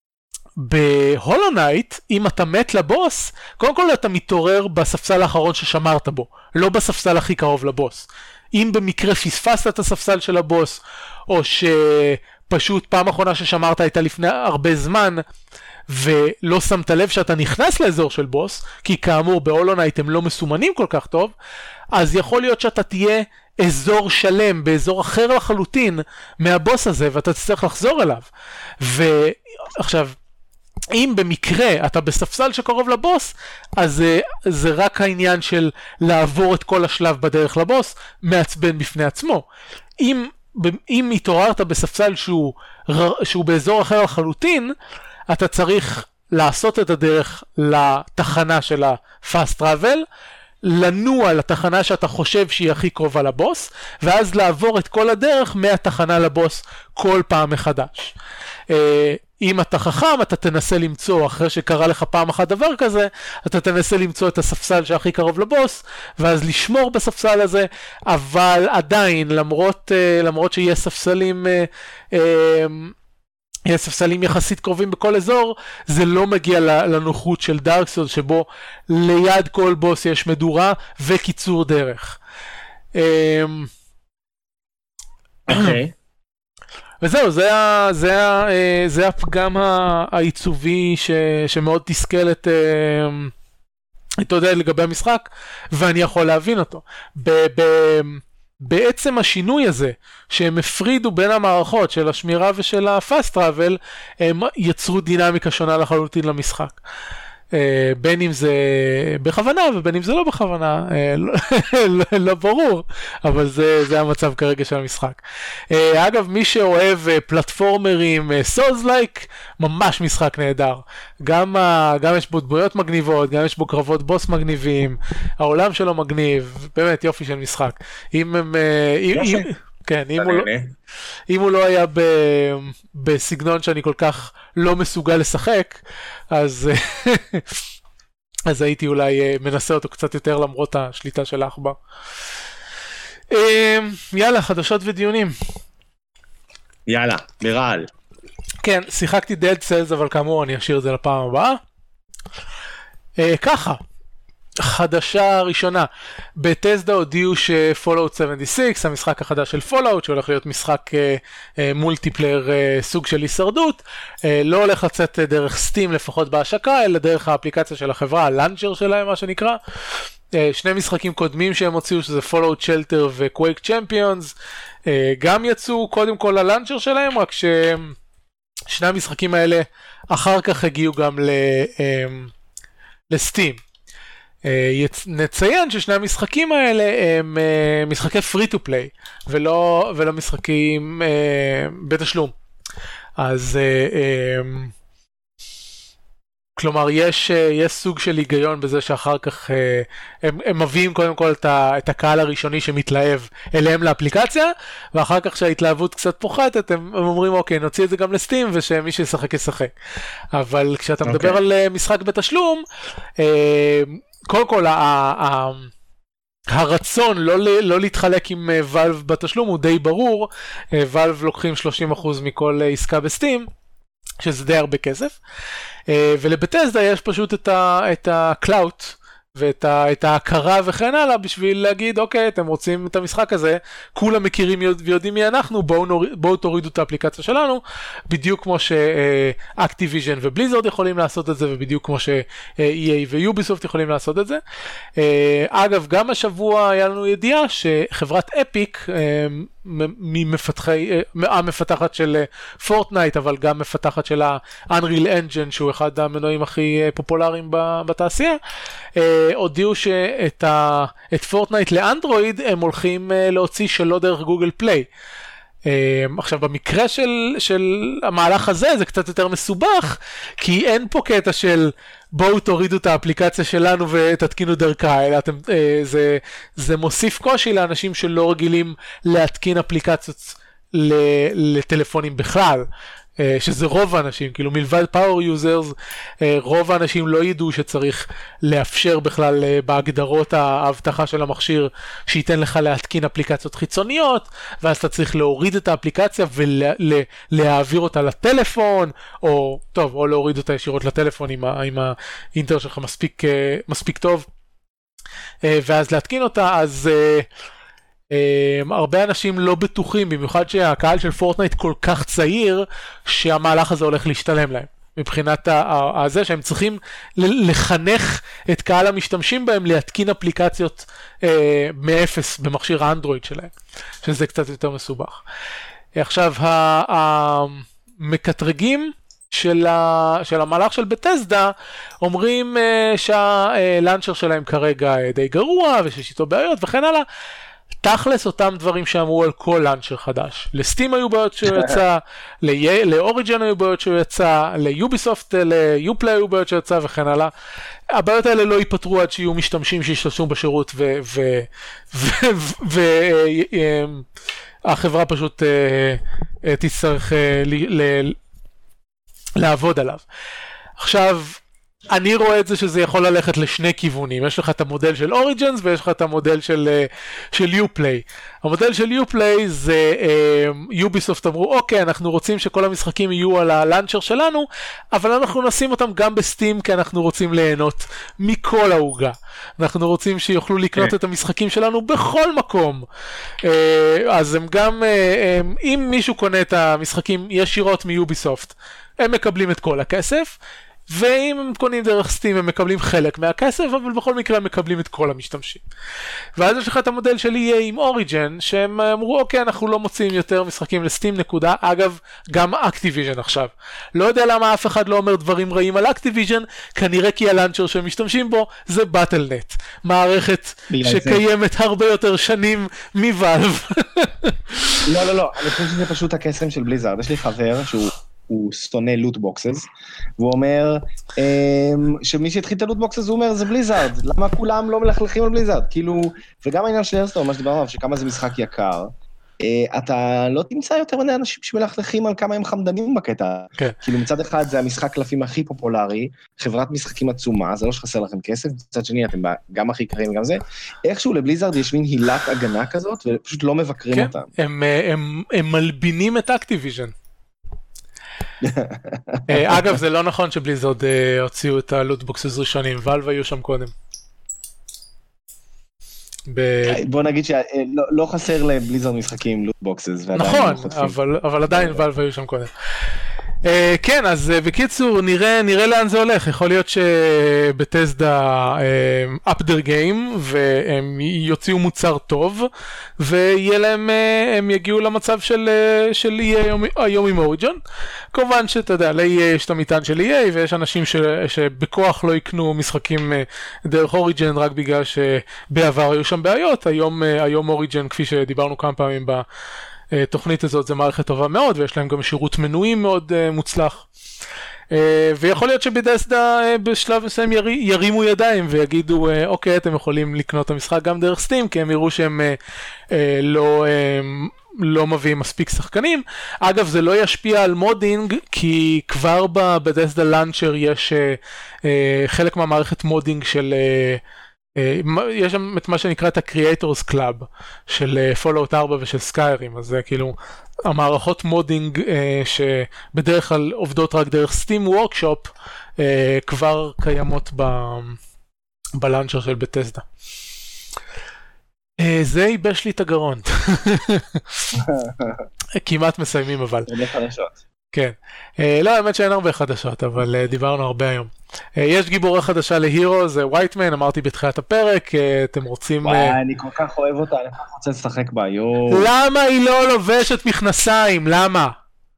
בהולו נייט, אם אתה מת לבוס, קודם כל אתה מתעורר בספסל האחרון ששמרת בו, לא בספסל הכי קרוב לבוס. אם במקרה פספסת את הספסל של הבוס, או שפשוט פעם אחרונה ששמרת הייתה לפני הרבה זמן, ולא שמת לב שאתה נכנס לאזור של בוס, כי כאמור בהולו נייט הם לא מסומנים כל כך טוב, אז יכול להיות שאתה תהיה אזור שלם, באזור אחר לחלוטין מהבוס הזה, ואתה תצטרך לחזור אליו. ועכשיו, אם במקרה אתה בספסל שקרוב לבוס, אז זה, זה רק העניין של לעבור את כל השלב בדרך לבוס, מעצבן בפני עצמו. אם, אם התעוררת בספסל שהוא, שהוא באזור אחר לחלוטין, אתה צריך לעשות את הדרך לתחנה של ה-fast travel, לנוע לתחנה שאתה חושב שהיא הכי קרובה לבוס, ואז לעבור את כל הדרך מהתחנה לבוס כל פעם מחדש. אם אתה חכם, אתה תנסה למצוא, אחרי שקרה לך פעם אחת דבר כזה, אתה תנסה למצוא את הספסל שהכי קרוב לבוס, ואז לשמור בספסל הזה, אבל עדיין, למרות, למרות שיהיה ספסלים, יהיה ספסלים יחסית קרובים בכל אזור, זה לא מגיע לנוחות של דארק סולס, שבו ליד כל בוס יש מדורה וקיצור דרך. אוקיי. וזהו, זה, זה, זה הפגם העיצובי ש, שמאוד תסכל את, אתה יודע, לגבי המשחק, ואני יכול להבין אותו. ב, ב, בעצם השינוי הזה, שהם הפרידו בין המערכות של השמירה ושל ה-fast travel, הם יצרו דינמיקה שונה לחלוטין למשחק. בין אם זה בכוונה ובין אם זה לא בכוונה, לא, לא, לא ברור, אבל זה, זה המצב כרגע של המשחק. אגב, מי שאוהב פלטפורמרים סולס-לייק, ממש משחק נהדר. גם, גם יש בו דמויות מגניבות, גם יש בו קרבות בוס מגניבים, העולם שלו מגניב, באמת יופי של משחק. אם הם... אם, כן, אם הוא, לא, אם הוא לא היה ב, בסגנון שאני כל כך לא מסוגל לשחק, אז, אז הייתי אולי מנסה אותו קצת יותר למרות השליטה שלך בה. יאללה, חדשות ודיונים. יאללה, ברעל. כן, שיחקתי Dead Cells, אבל כאמור אני אשאיר את זה לפעם הבאה. ככה. חדשה ראשונה, בטסדה הודיעו שפולאוט שבעים ושש, המשחק החדש של פולאוט, שהולך להיות משחק אה, אה, מולטיפלייר אה, סוג של הישרדות, אה, לא הולך לצאת דרך סטים לפחות בהשקה, אלא דרך האפליקציה של החברה, הלאנצ'ר שלהם מה שנקרא. אה, שני משחקים קודמים שהם הוציאו, שזה פולאוט שלטר וקווייק צ'מפיונס, אה, גם יצאו קודם כל ללאנצ'ר שלהם, רק ש... שני המשחקים האלה אחר כך הגיעו גם לסטים. נציין ששני המשחקים האלה הם משחקי פרי טו פליי, ולא, ולא משחקים בתשלום. אז כלומר, יש, יש סוג של היגיון בזה שאחר כך הם, הם מביאים קודם כל את, ה, את הקהל הראשוני שמתלהב אליהם לאפליקציה, ואחר כך שההתלהבות קצת פוחתת, הם, הם אומרים, אוקיי, נוציא את זה גם לסטים, ושמי שישחק ישחק. אבל כשאתה okay. מדבר על משחק בתשלום, קודם כל, ה, ה, הרצון לא, לא להתחלק עם ולב בתשלום הוא די ברור. ולב לוקחים שלושים אחוז מכל עסקה בסטים, שזה די הרבה כסף, ולבתסדה יש פשוט את הקלאוט ואת את ההכרה וכן הלאה, בשביל להגיד, אוקיי, אתם רוצים את המשחק הזה, כולם מכירים ויודעים מי אנחנו, בואו, נוריד, בואו תורידו את האפליקציה שלנו, בדיוק כמו שאקטיביז'ן ובליזרד יכולים לעשות את זה, ובדיוק כמו ש-אי איי ויוביסופט יכולים לעשות את זה. אגב, גם השבוע היה לנו ידיעה שחברת אפיק, ממפתחי, המפתחת של פורטנייט, אבל גם מפתחת של ה-Unreal Engine, שהוא אחד המנועים הכי פופולריים בתעשייה, הודיעו שאת ה, את פורטנייט לאנדרואיד הם הולכים להוציא שלא דרך גוגל פליי. עכשיו, במקרה של, של המהלך הזה זה קצת יותר מסובך, כי אין פה קטע של בואו תורידו את האפליקציה שלנו ותתקינו דרכה, אלא אתם, זה, זה מוסיף קושי לאנשים שלא רגילים להתקין אפליקציות לטלפונים בכלל, שזה רוב האנשים, כאילו מלבד פאוור יוזרס, רוב האנשים לא ידעו שצריך לאפשר בכלל בהגדרות ההבטחה של המכשיר שייתן לך להתקין אפליקציות חיצוניות, ואז אתה צריך להוריד את האפליקציה ולהעביר אותה לטלפון, או טוב, או להוריד אותה ישירות לטלפון אם האינטרנט שלך מספיק, מספיק טוב, ואז להתקין אותה. אז Um, הרבה אנשים לא בטוחים, במיוחד שהקהל של פורטנייט כל כך צעיר, שהמהלך הזה הולך להשתלם להם. מבחינת הזה שהם צריכים לחנך את קהל המשתמשים בהם להתקין אפליקציות uh, מאפס במכשיר האנדרואיד שלהם, שזה קצת יותר מסובך. עכשיו, המקטרגים של, ה, של המהלך של בתסדה אומרים uh, שהלאנצ'ר שלהם כרגע די גרוע ושיש איתו בעיות וכן הלאה. תכלס אותם דברים שאמרו על כל לאנצ'ר חדש. לסטים היו בעיות שהוא יצא, לאוריג'ן היו בעיות שהוא יצא, ליוביסופט, ליופלי היו בעיות שהוא יצא וכן הלאה. הבעיות האלה לא ייפתרו עד שיהיו משתמשים שישתמשו בשירות והחברה פשוט תצטרך לעבוד עליו. עכשיו, אני רואה את זה שזה יכול ללכת לשני כיוונים. יש לך את המודל של אוריג'נס ויש לך את המודל של של יופליי. המודל של יופליי זה יוביסופט אמרו, אוקיי, אנחנו רוצים שכל המשחקים יהיו על הלאנצ'ר שלנו, אבל אנחנו נשים אותם גם בסטים, כי אנחנו רוצים ליהנות מכל ההוגה. אנחנו רוצים שיוכלו לקנות את המשחקים שלנו בכל מקום. אז הם גם, אם מישהו קונה את המשחקים ישירות מיוביסופט, הם מקבלים את כל הכסף, ואם הם קונים דרך סטים הם מקבלים חלק מהכסף, אבל בכל מקרה הם מקבלים את כל המשתמשים. ואז יש לך את המודל של אי איי עם אוריג'ן, שהם אמרו, אוקיי, אנחנו לא מוציאים יותר משחקים לסטים, נקודה. אגב, גם אקטיביז'ן עכשיו. לא יודע למה אף אחד לא אומר דברים רעים על אקטיביז'ן, כנראה כי הלאנצ'ר שהם משתמשים בו זה באטלנט, מערכת שקיימת זה. הרבה יותר שנים מוואלב. לא, לא, לא, אני חושב שזה פשוט הקסם של בליזארד. יש לי חבר שהוא הוא שונא לוטבוקסס, והוא אומר, שמי שהתחיל את הלוטבוקסס, הוא אומר, זה בליזארד, למה כולם לא מלכלכים על בליזארד? כאילו, וגם העניין של הרסטון, מה שדיברנו עליו, שכמה זה משחק יקר, אתה לא תמצא יותר מדי אנשים שמלכלכים על כמה הם חמדנים בקטע. כאילו, מצד אחד זה המשחק קלפים הכי פופולרי, חברת משחקים עצומה, זה לא שחסר לכם כסף, מצד שני אתם גם הכי קרים וגם זה, איכשהו לבליזארד יש מין הילת הגנה כזאת, ופשוט לא מבקרים אותם. הם מלבינים את אקטיביז'ן. אגב, זה לא נכון שבליזרד הוציאו את הלוטבוקסס ראשונים, ואלב היו שם קודם. בוא נגיד שלא חסר לבליזרד משחקים לוטבוקסס. נכון, אבל עדיין ואלב היו שם קודם. כן, אז בקיצור, נראה, נראה לאן זה הולך. יכול להיות שבתסדה up their game, והם יוציאו מוצר טוב, ויהיה להם, הם יגיעו למצב של, של E A היום, היום עם אוריג'ן. כמובן שאתה יודע, ל-E A יש את המטען של E A, ויש אנשים ש, שבכוח לא יקנו משחקים דרך אוריג'ן, רק בגלל שבעבר היו שם בעיות. היום, היום אוריג'ן, כפי שדיברנו כמה פעמים ב... תוכנית הזאת זה מערכת טובה מאוד, ויש להם גם שירות מנויים מאוד uh, מוצלח. Uh, ויכול להיות שבדסדה uh, בשלב מסוים יר, ירימו ידיים ויגידו, uh, אוקיי, אתם יכולים לקנות את המשחק גם דרך סטים, כי הם יראו שהם uh, uh, לא, uh, לא מביאים מספיק שחקנים. אגב, זה לא ישפיע על מודינג, כי כבר בדסדה לאנצ'ר יש uh, uh, חלק מהמערכת מודינג של... Uh, יש שם את מה שנקרא את ה-Creators Club של Fallout ארבע ושל Skyrim, אז זה כאילו המערכות מודינג שבדרך כלל עובדות רק דרך Steam Workshop כבר קיימות בלאנצ'ר של בטסדה. זה ייבש לי את הגרון. כמעט מסיימים אבל. הרבה חדשות. כן. לא, האמת שאין הרבה חדשות, אבל דיברנו הרבה היום. יש גיבורה חדשה להירו, זה ווייטמן, אמרתי בתחילת הפרק, אתם רוצים... וואי, אני כל כך אוהב אותה, אני כל כך רוצה לשחק בה, יואו. למה היא לא לובשת מכנסיים? למה?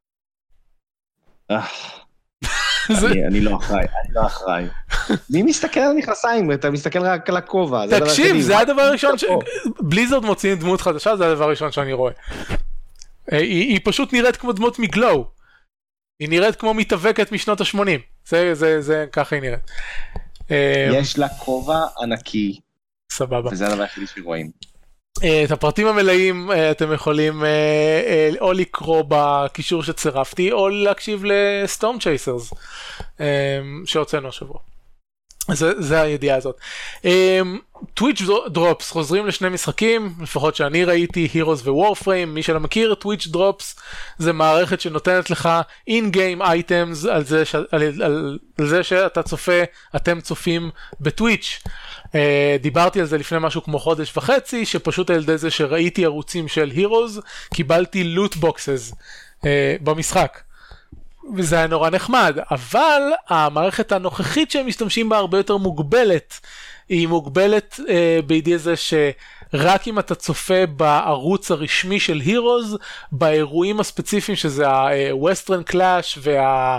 אני לא אחראי, אני לא אחראי. מי מסתכל על מכנסיים? אתה מסתכל רק על הכובע. תקשיב, זה הדבר הראשון ש... בליזרד מוציאים דמות חדשה, זה הדבר הראשון שאני רואה. היא פשוט נראית כמו דמות מגלו. היא נראית כמו מתאבקת משנות ה-שמונים. זה, זה, זה, ככה היא נראית. יש לה כובע ענקי. סבבה. וזה הדבר היחידי שרואים. את הפרטים המלאים אתם יכולים או לקרוא בקישור שצירפתי, או להקשיב לסטורם צ'ייסרס, שהוצאנו השבוע. זה, זה הידיעה הזאת. טוויץ' דרופס חוזרים לשני משחקים, לפחות שאני ראיתי, הירוס ווורפריים. מי שלא מכיר, טוויץ' דרופס זה מערכת שנותנת לך in-game items על זה, ש... על... על... על זה שאתה צופה, אתם צופים בטוויץ'. Uh, דיברתי על זה לפני משהו כמו חודש וחצי, שפשוט על ידי זה שראיתי ערוצים של הירוס, קיבלתי לוט בוקסס uh, במשחק. וזה היה נורא נחמד, אבל המערכת הנוכחית שהם משתמשים בה הרבה יותר מוגבלת. היא מוגבלת אה, בידי זה שרק אם אתה צופה בערוץ הרשמי של הירוס, באירועים הספציפיים שזה ה-Western Clash וה...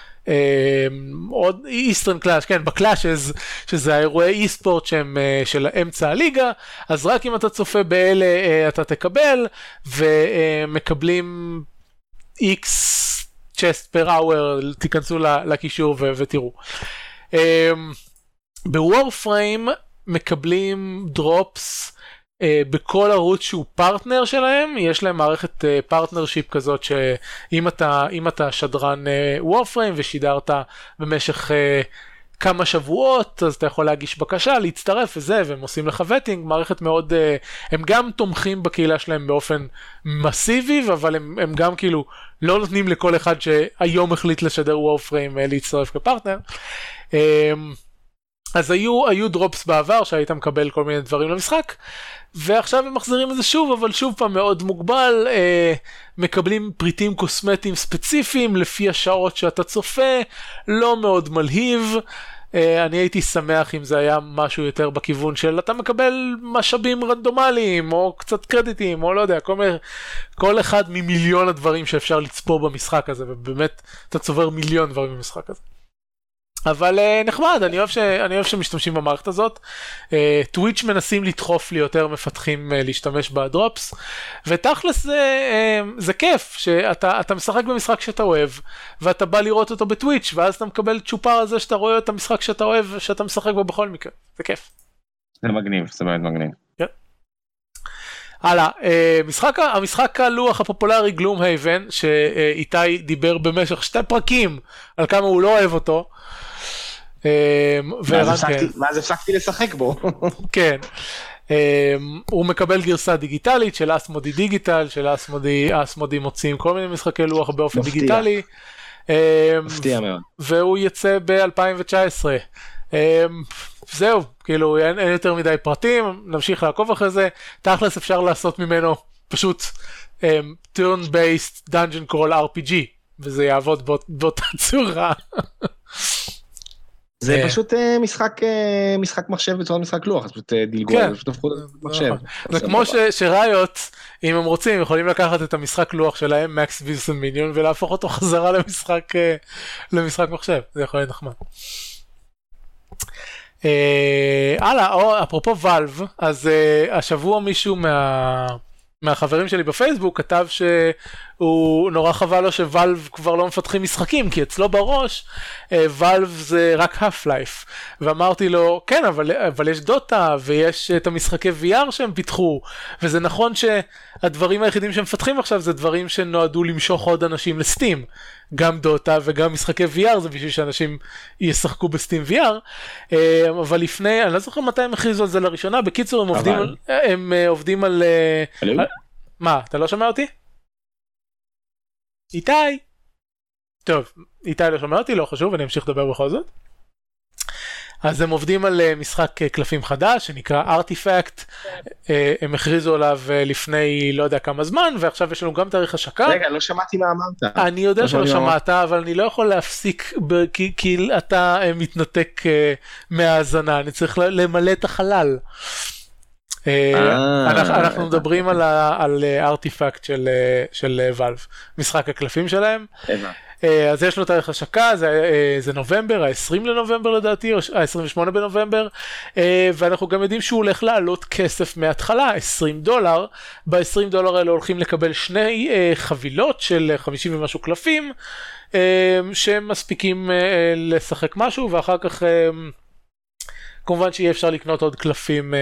עוד איסטרן קלאש, כן, בקלאשז, שזה האירועי אי-ספורט שהם של אמצע הליגה, אז רק אם אתה צופה באלה אתה תקבל, ומקבלים X chest per hour, תיכנסו לקישור ותראו. בוורפריים מקבלים דרופס בכל ערוץ שהוא פרטנר שלהם. יש להם מערכת פרטנרשיפ כזאת שאם אתה, אם אתה שדרן וורפריים ושידרת במשך כמה שבועות, אז אתה יכול להגיש בקשה, להצטרף וזה, והם עושים לך וטינג, מערכת מאוד, הם גם תומכים בקהילה שלהם באופן מסיבי, אבל הם, הם גם כאילו לא נותנים לכל אחד שהיום החליט לשדר וורפריים להצטרף כפרטנר. אז היו, היו דרופס בעבר שהיית מקבל כל מיני דברים למשחק, ועכשיו הם מחזירים את זה שוב, אבל שוב פעם מאוד מוגבל, אה, מקבלים פריטים קוסמטיים ספציפיים לפי השעות שאתה צופה, לא מאוד מלהיב. אה, אני הייתי שמח אם זה היה משהו יותר בכיוון של אתה מקבל משאבים רנדומליים, או קצת קרדיטים, או לא יודע, כל, מיני, כל אחד ממיליון הדברים שאפשר לצפור במשחק הזה, ובאמת אתה צובר מיליון דברים במשחק הזה. אבל uh, נחמד, אני אוהב, ש... אני אוהב שמשתמשים במערכת הזאת. טוויץ' uh, מנסים לדחוף לי יותר מפתחים uh, להשתמש בדרופס, ותכלס זה, uh, זה כיף שאתה אתה משחק במשחק שאתה אוהב, ואתה בא לראות אותו בטוויץ', ואז אתה מקבל צ'ופר על זה שאתה רואה את המשחק שאתה אוהב, שאתה משחק בו בכל מקרה. זה כיף. זה מגניב, זה באמת מגניב. כן. הלאה, משחק, המשחק הלוח הפופולרי גלום הייבן, שאיתי דיבר במשך שתי פרקים על כמה הוא לא אוהב אותו. ואז הפסקתי לשחק בו. כן. הוא מקבל גרסה דיגיטלית של אסמודי דיגיטל, של אסמודי, אסמודי מוצאים כל מיני משחקי לוח באופן דיגיטלי. מפתיע מאוד. והוא יצא ב-אלפיים תשע עשרה. זהו, כאילו אין, אין יותר מדי פרטים, נמשיך לעקוב אחרי זה. תכלס אפשר לעשות ממנו פשוט um, turn-based dungeon crawl אר פי ג'י, וזה יעבוד באות, באותה צורה. זה פשוט משחק משחק מחשב בצורת משחק לוח, אז פשוט דילגו, זה פשוט הפכו למחשב. זה כמו שריוט, אם הם רוצים, יכולים לקחת את המשחק לוח שלהם, מקס וירסן מיניון, ולהפוך אותו חזרה למשחק למשחק מחשב, זה יכול להיות נחמד. הלאה, אפרופו ולב, אז השבוע מישהו מה... מהחברים שלי בפייסבוק כתב שהוא נורא חבל לו שוואלב כבר לא מפתחים משחקים, כי אצלו בראש וואלב זה רק Half-Life. ואמרתי לו, כן, אבל, אבל יש דוטה ויש את המשחקי וי אר שהם פיתחו, וזה נכון שהדברים היחידים שהם מפתחים עכשיו זה דברים שנועדו למשוך עוד אנשים לסטים. גם דוטה וגם משחקי וי אר זה בשביל שאנשים ישחקו בסטים וי אר, אבל לפני, אני לא זוכר מתי הם הכריזו על זה לראשונה, בקיצור הם עובדים, אבל... הם עובדים על... על... מה, אתה לא שומע אותי? איתי? טוב, איתי לא שומע אותי, לא חשוב, אני אמשיך לדבר בכל זאת. אז הם עובדים על משחק קלפים חדש, שנקרא ארטיפקט, הם הכריזו עליו לפני לא יודע כמה זמן, ועכשיו יש לנו גם תאריך השקה. רגע, לא שמעתי מה אמרת. אני יודע שלא שמעת, אבל אני לא יכול להפסיק, כי אתה מתנתק מהאזנה, אני צריך למלא את החלל. אנחנו מדברים על ארטיפקט של ולב, משחק הקלפים שלהם. אז יש לו תאריך השקה, זה נובמבר, ה-עשרים לנובמבר לדעתי, או ה-עשרים ושמונה בנובמבר, ואנחנו גם יודעים שהוא הולך לעלות כסף מההתחלה, עשרים דולר, ב-עשרים דולר האלה הולכים לקבל שני חבילות של חמישים ומשהו קלפים, שהם מספיקים לשחק משהו, ואחר כך כמובן שיהיה אפשר לקנות עוד קלפים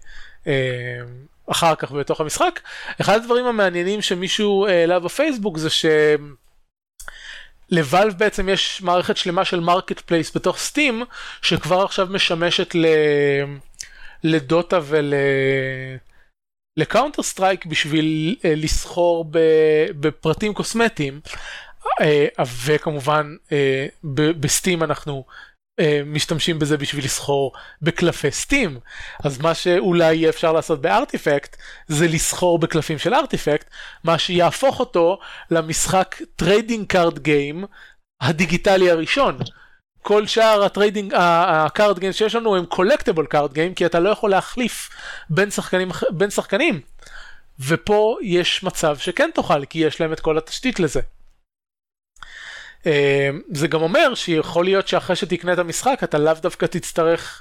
אחר כך בתוך המשחק. אחד הדברים המעניינים שמישהו העלה בפייסבוק זה ש... לוואלב בעצם יש מערכת שלמה של מרקט פלייס בתוך סטים, שכבר עכשיו משמשת ל... לדוטה ול... לקאונטר סטרייק בשביל לסחור ב... בפרטים קוסמטיים, וכמובן בסטים אנחנו משתמשים בזה בשביל לסחור בקלפי סטים. אז מה שאולי יהיה אפשר לעשות בארטיפקט זה לסחור בקלפים של ארטיפקט, מה שיהפוך אותו למשחק טריידינג קארד גיים הדיגיטלי הראשון. כל שאר הטריידינג הקארד גיים שיש לנו הם קולקטיבל קארד גיים, כי אתה לא יכול להחליף בין שחקנים בין שחקנים, ופה יש מצב שכן תוכל, כי יש להם את כל התשתית לזה. זה גם אומר שיכול להיות שאחרי שתקנה את המשחק אתה לאו דווקא תצטרך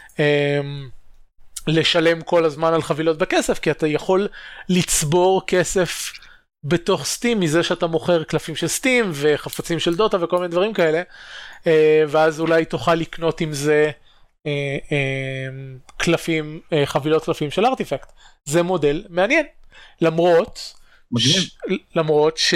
לשלם כל הזמן על חבילות בכסף, כי אתה יכול לצבור כסף בתוך סטים מזה שאתה מוכר קלפים של סטים וחפצים של דוטה וכל מיני דברים כאלה, ואז אולי תוכל לקנות עם זה קלפים, חבילות קלפים של ארטיפקט. זה מודל מעניין, למרות ש... למרות ש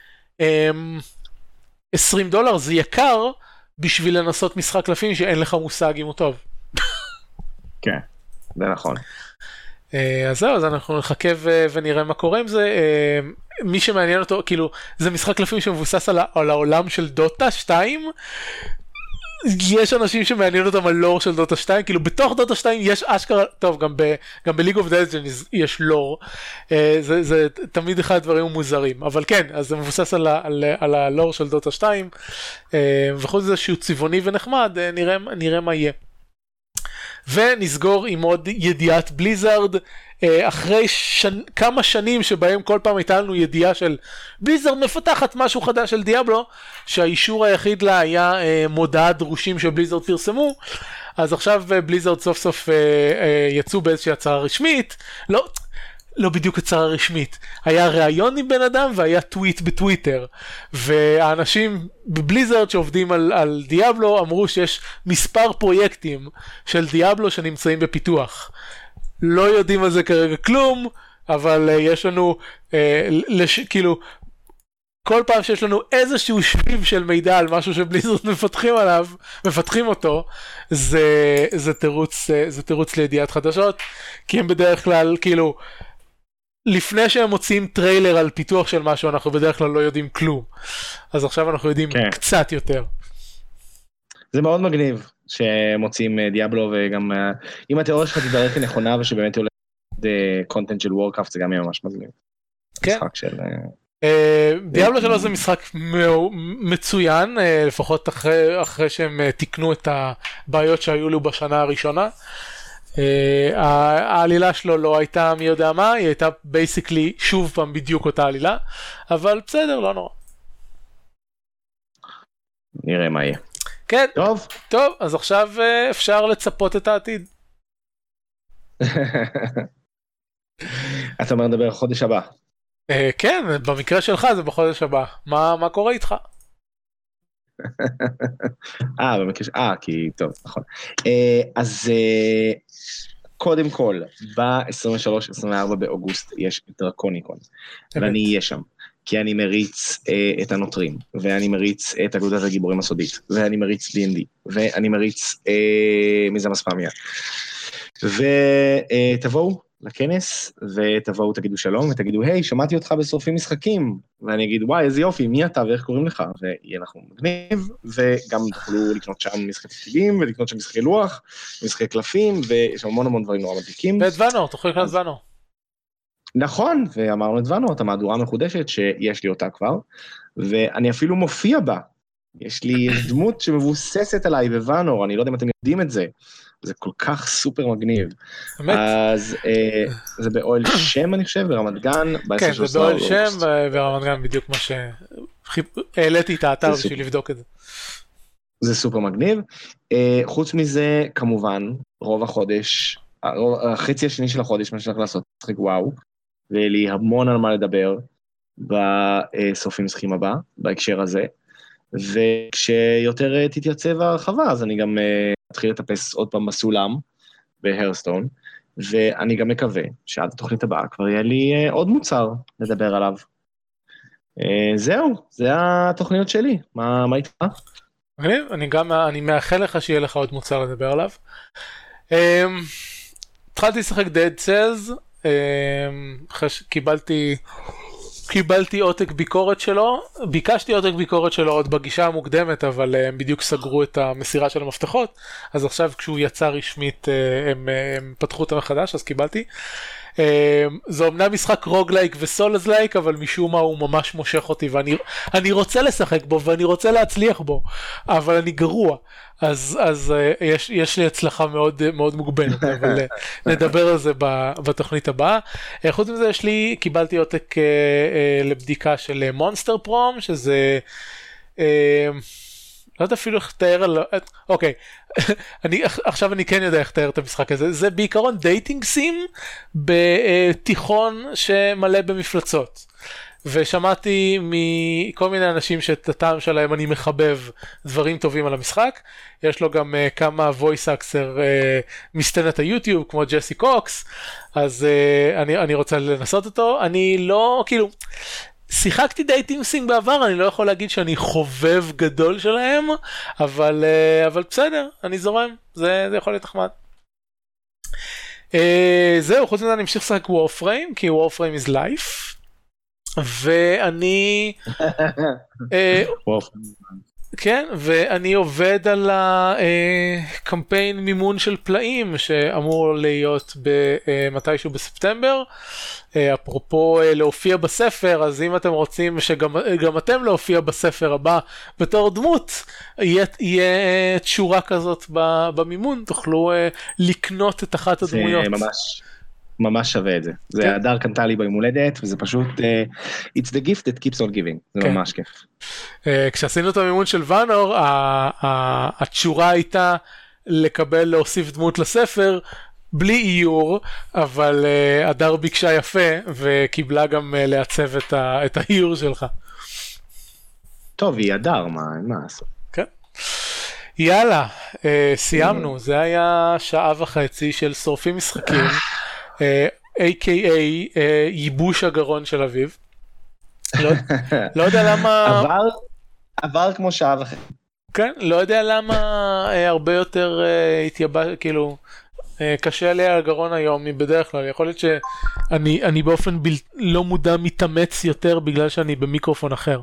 עשרים דולר זה יקר בשביל לנסות משחק קלפים שאין לך מושג אם הוא טוב. כן, זה נכון. אז זהו, אז אנחנו נחכה ונראה מה קורה עם זה. מי שמעניין אותו, כאילו, זה משחק קלפים שמבוסס על העולם של דוטה שתיים. יש אנשים שמעניין אותם על לור של דוטה שתיים, כאילו בתוך דוטה שתיים יש אשכרה, טוב, גם ב גם בליג אוף לג'נדס יש לור, זה זה תמיד אחד הדברים מוזרים, אבל כן, אז זה מבוסס על על על הלור של דוטה שתיים, וחוץ מזה שהוא צבעוני ונחמד, נראה נראה מה יהיה. ונסגור עם עוד ידיעת בליזארד, אחרי שנ... כמה שנים שבהם כל פעם הייתה לנו ידיעה של בליזארד מפתחת משהו חדש של דיאבלו, שהאישור היחיד לה היה מודעת דרושים שבליזארד פרסמו, אז עכשיו בליזארד סוף סוף יצאו באיזושהי הצהרה רשמית, לא... לא בדיוק הצהרה רשמית, היה ראיון עם בן אדם והיה טוויט בטוויטר, והאנשים בבליזארד שעובדים על, על דיאבלו אמרו שיש מספר פרויקטים של דיאבלו שנמצאים בפיתוח. לא יודעים על זה כרגע כלום, אבל uh, יש לנו, uh, לש, כאילו, כל פעם שיש לנו איזשהו שביב של מידע על משהו שבליזארד מפתחים עליו, מפתחים אותו, זה, זה תירוץ, זה תירוץ לידיעת חדשות, כי הם בדרך כלל, כאילו, לפני שהם מוצאים טריילר על פיתוח של משהו, אנחנו בדרך כלל לא יודעים כלום. אז עכשיו אנחנו יודעים כן. קצת יותר. זה מאוד מגניב שמוצאים דיאבלו, וגם אם התיאוריה שלך תדרך היא נכונה, ושבאמת יולד קונטנט של וורקראפט, זה גם יהיה ממש מגניב. כן. משחק של... דיאבלו שלוש זה משחק מצוין, לפחות אחרי שהם תיקנו את הבעיות שהיו לו בשנה הראשונה. העלילה שלו לא הייתה מי יודע מה, היא הייתה בייסיקלי שוב פעם בדיוק אותה עלילה, אבל בסדר, לא נורא. נראה מה יהיה. כן, טוב. טוב, אז עכשיו אפשר לצפות את העתיד. אתה אומר לדבר חודש הבא. כן, במקרה שלך זה בחודש הבא. מה קורה איתך? אה, במקרה ש... אה, כי טוב, נכון. אז קודם כל, ב-עשרים ושלוש עשרים וארבע באוגוסט יש דרקוניקון, ואני אהיה שם, כי אני מריץ את הנוטרים, ואני מריץ את אגודת הגיבורים הסודית, ואני מריץ די אנד די, ואני מריץ מיזם אספמיה. ותבואו לכנס, ותבואו תגידו שלום, ותגידו, היי, שמעתי אותך בשורפים משחקים, ואני אגיד, וואי, איזה יופי, מי אתה ואיך קוראים לך? ויהיה אנחנו מגניב, וגם תוכלו לקנות שם משחקי תפקידים, ולקנות שם משחקי לוח, משחקי קלפים, ויש המון המון דברים נורא מדליקים. ואת ונור, תוכלו לקנות ונור. נכון, ואמרנו את ונור, את המהדורה המחודשת, שיש לי אותה כבר, ואני אפילו מופיע בה. יש לי דמות שמבוססת עליי בוונור, אני לא יודע אם אתם יודעים את זה. זה כל כך סופר מגניב. באמת? אז זה באוהל שם, אני חושב, ברמת גן. כן, זה באוהל שם ברמת גן, בדיוק מה ש... העליתי את האתר בשביל לבדוק את זה. זה סופר מגניב. חוץ מזה, כמובן, רוב החודש, החצי השני של החודש, מה שאני הולך לעשות, משחק וואו, ולי המון על מה לדבר בסופים משחקים הבא, בהקשר הזה. וכשיותר תתייצב הרחבה, אז אני גם אתחיל לטפס עוד פעם בסולם, בהרסטון, ואני גם מקווה שעד התוכנית הבאה כבר יהיה לי עוד מוצר לדבר עליו. זהו, זה התוכניות שלי. מה, מה איתך? אני גם, אני מאחל לך שיהיה לך עוד מוצר לדבר עליו. התחלתי לשחק Dead Cells, קיבלתי... קיבלתי עותק ביקורת שלו, ביקשתי עותק ביקורת שלו עוד בגישה המוקדמת, אבל הם בדיוק סגרו את המסירה של המפתחות, אז עכשיו כשהוא יצא רשמית הם, הם פתחו אותה מחדש, אז קיבלתי. זה אמנם משחק רוגלייק וסולזלייק, אבל משום מה הוא ממש מושך אותי, ואני אני רוצה לשחק בו, ואני רוצה להצליח בו, אבל אני גרוע. אז, אז יש, יש לי הצלחה מאוד, מאוד מוגבלת, אבל נדבר על זה בתוכנית הבאה. חוץ מזה יש לי, קיבלתי עותק לבדיקה של מונסטר פרום, שזה, לא יודע אפילו איך תאר על, אוקיי, אני, עכשיו אני כן יודע איך תאר את המשחק הזה, זה בעיקרון דייטינג סים, בתיכון שמלא במפלצות. ושמעתי מכל מיני אנשים שאת הטעם שלהם אני מחבב דברים טובים על המשחק. יש לו גם uh, כמה voice actor uh, מסצנת היוטיוב כמו ג'סי קוקס, אז uh, אני, אני רוצה לנסות אותו. אני לא, כאילו, שיחקתי דייטינג סים בעבר, אני לא יכול להגיד שאני חובב גדול שלהם, אבל, uh, אבל בסדר, אני זורם, זה, זה יכול להיות נחמד. Uh, זהו, חוץ מזה אני ממשיך לשחק Warframe, כי Warframe is life. ואני כן, ואני עובד על הקמפיין מימון של פלאים שאמור להיות במתישהו בספטמבר. אפרופו להופיע בספר, אז אם אתם רוצים שגם אתם להופיע בספר הבא בתור דמות, יהיה תשורה כזאת במימון, תוכלו לקנות את אחת הדמויות. זה ממש ממש שווה את זה. זה הדר קנתה לי ביום הולדת, וזה פשוט, it's the gift that keeps on giving. זה ממש כיף. כשעשינו את המימון של ונור, התשורה הייתה לקבל להוסיף דמות לספר, בלי איור, אבל הדר ביקשה יפה, וקיבלה גם לעצב את האיור שלך. טוב, היא הדר, מה לעשות? כן. יאללה, סיימנו. זה היה שעה וחצי של שורפים משחקים. איי קיי איי ייבוש הגרון של אביב. לא יודע למה... עבר כמו שעה וחצי. כן, לא יודע למה הרבה יותר התייבש, כאילו, קשה לי על הגרון היום מבדרך כלל. יכול להיות שאני באופן לא מודע מתאמץ יותר בגלל שאני במיקרופון אחר.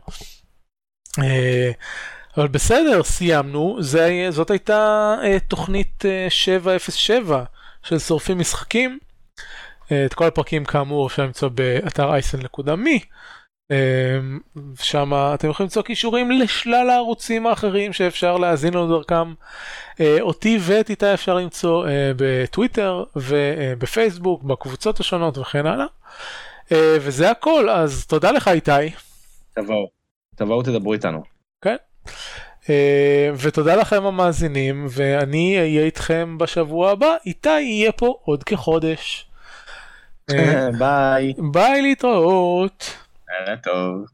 אבל בסדר, סיימנו. זאת הייתה תוכנית שבע אפס שבע של שורפים משחקים. את כל הפרקים כאמור אפשר למצוא באתר אייסן נקודה מי, שם אתם יכולים למצוא קישורים לשלל הערוצים האחרים שאפשר להאזין לנו דרכם. אותי ואת איתי אפשר למצוא בטוויטר ובפייסבוק, בקבוצות השונות וכן הלאה. וזה הכל, אז תודה לך איתי. תבואו, תבואו תדברו איתנו. כן. ותודה לכם המאזינים, ואני אהיה איתכם בשבוע הבא. איתי יהיה פה עוד כחודש. ביי. ביי, להתראות. לילה טוב.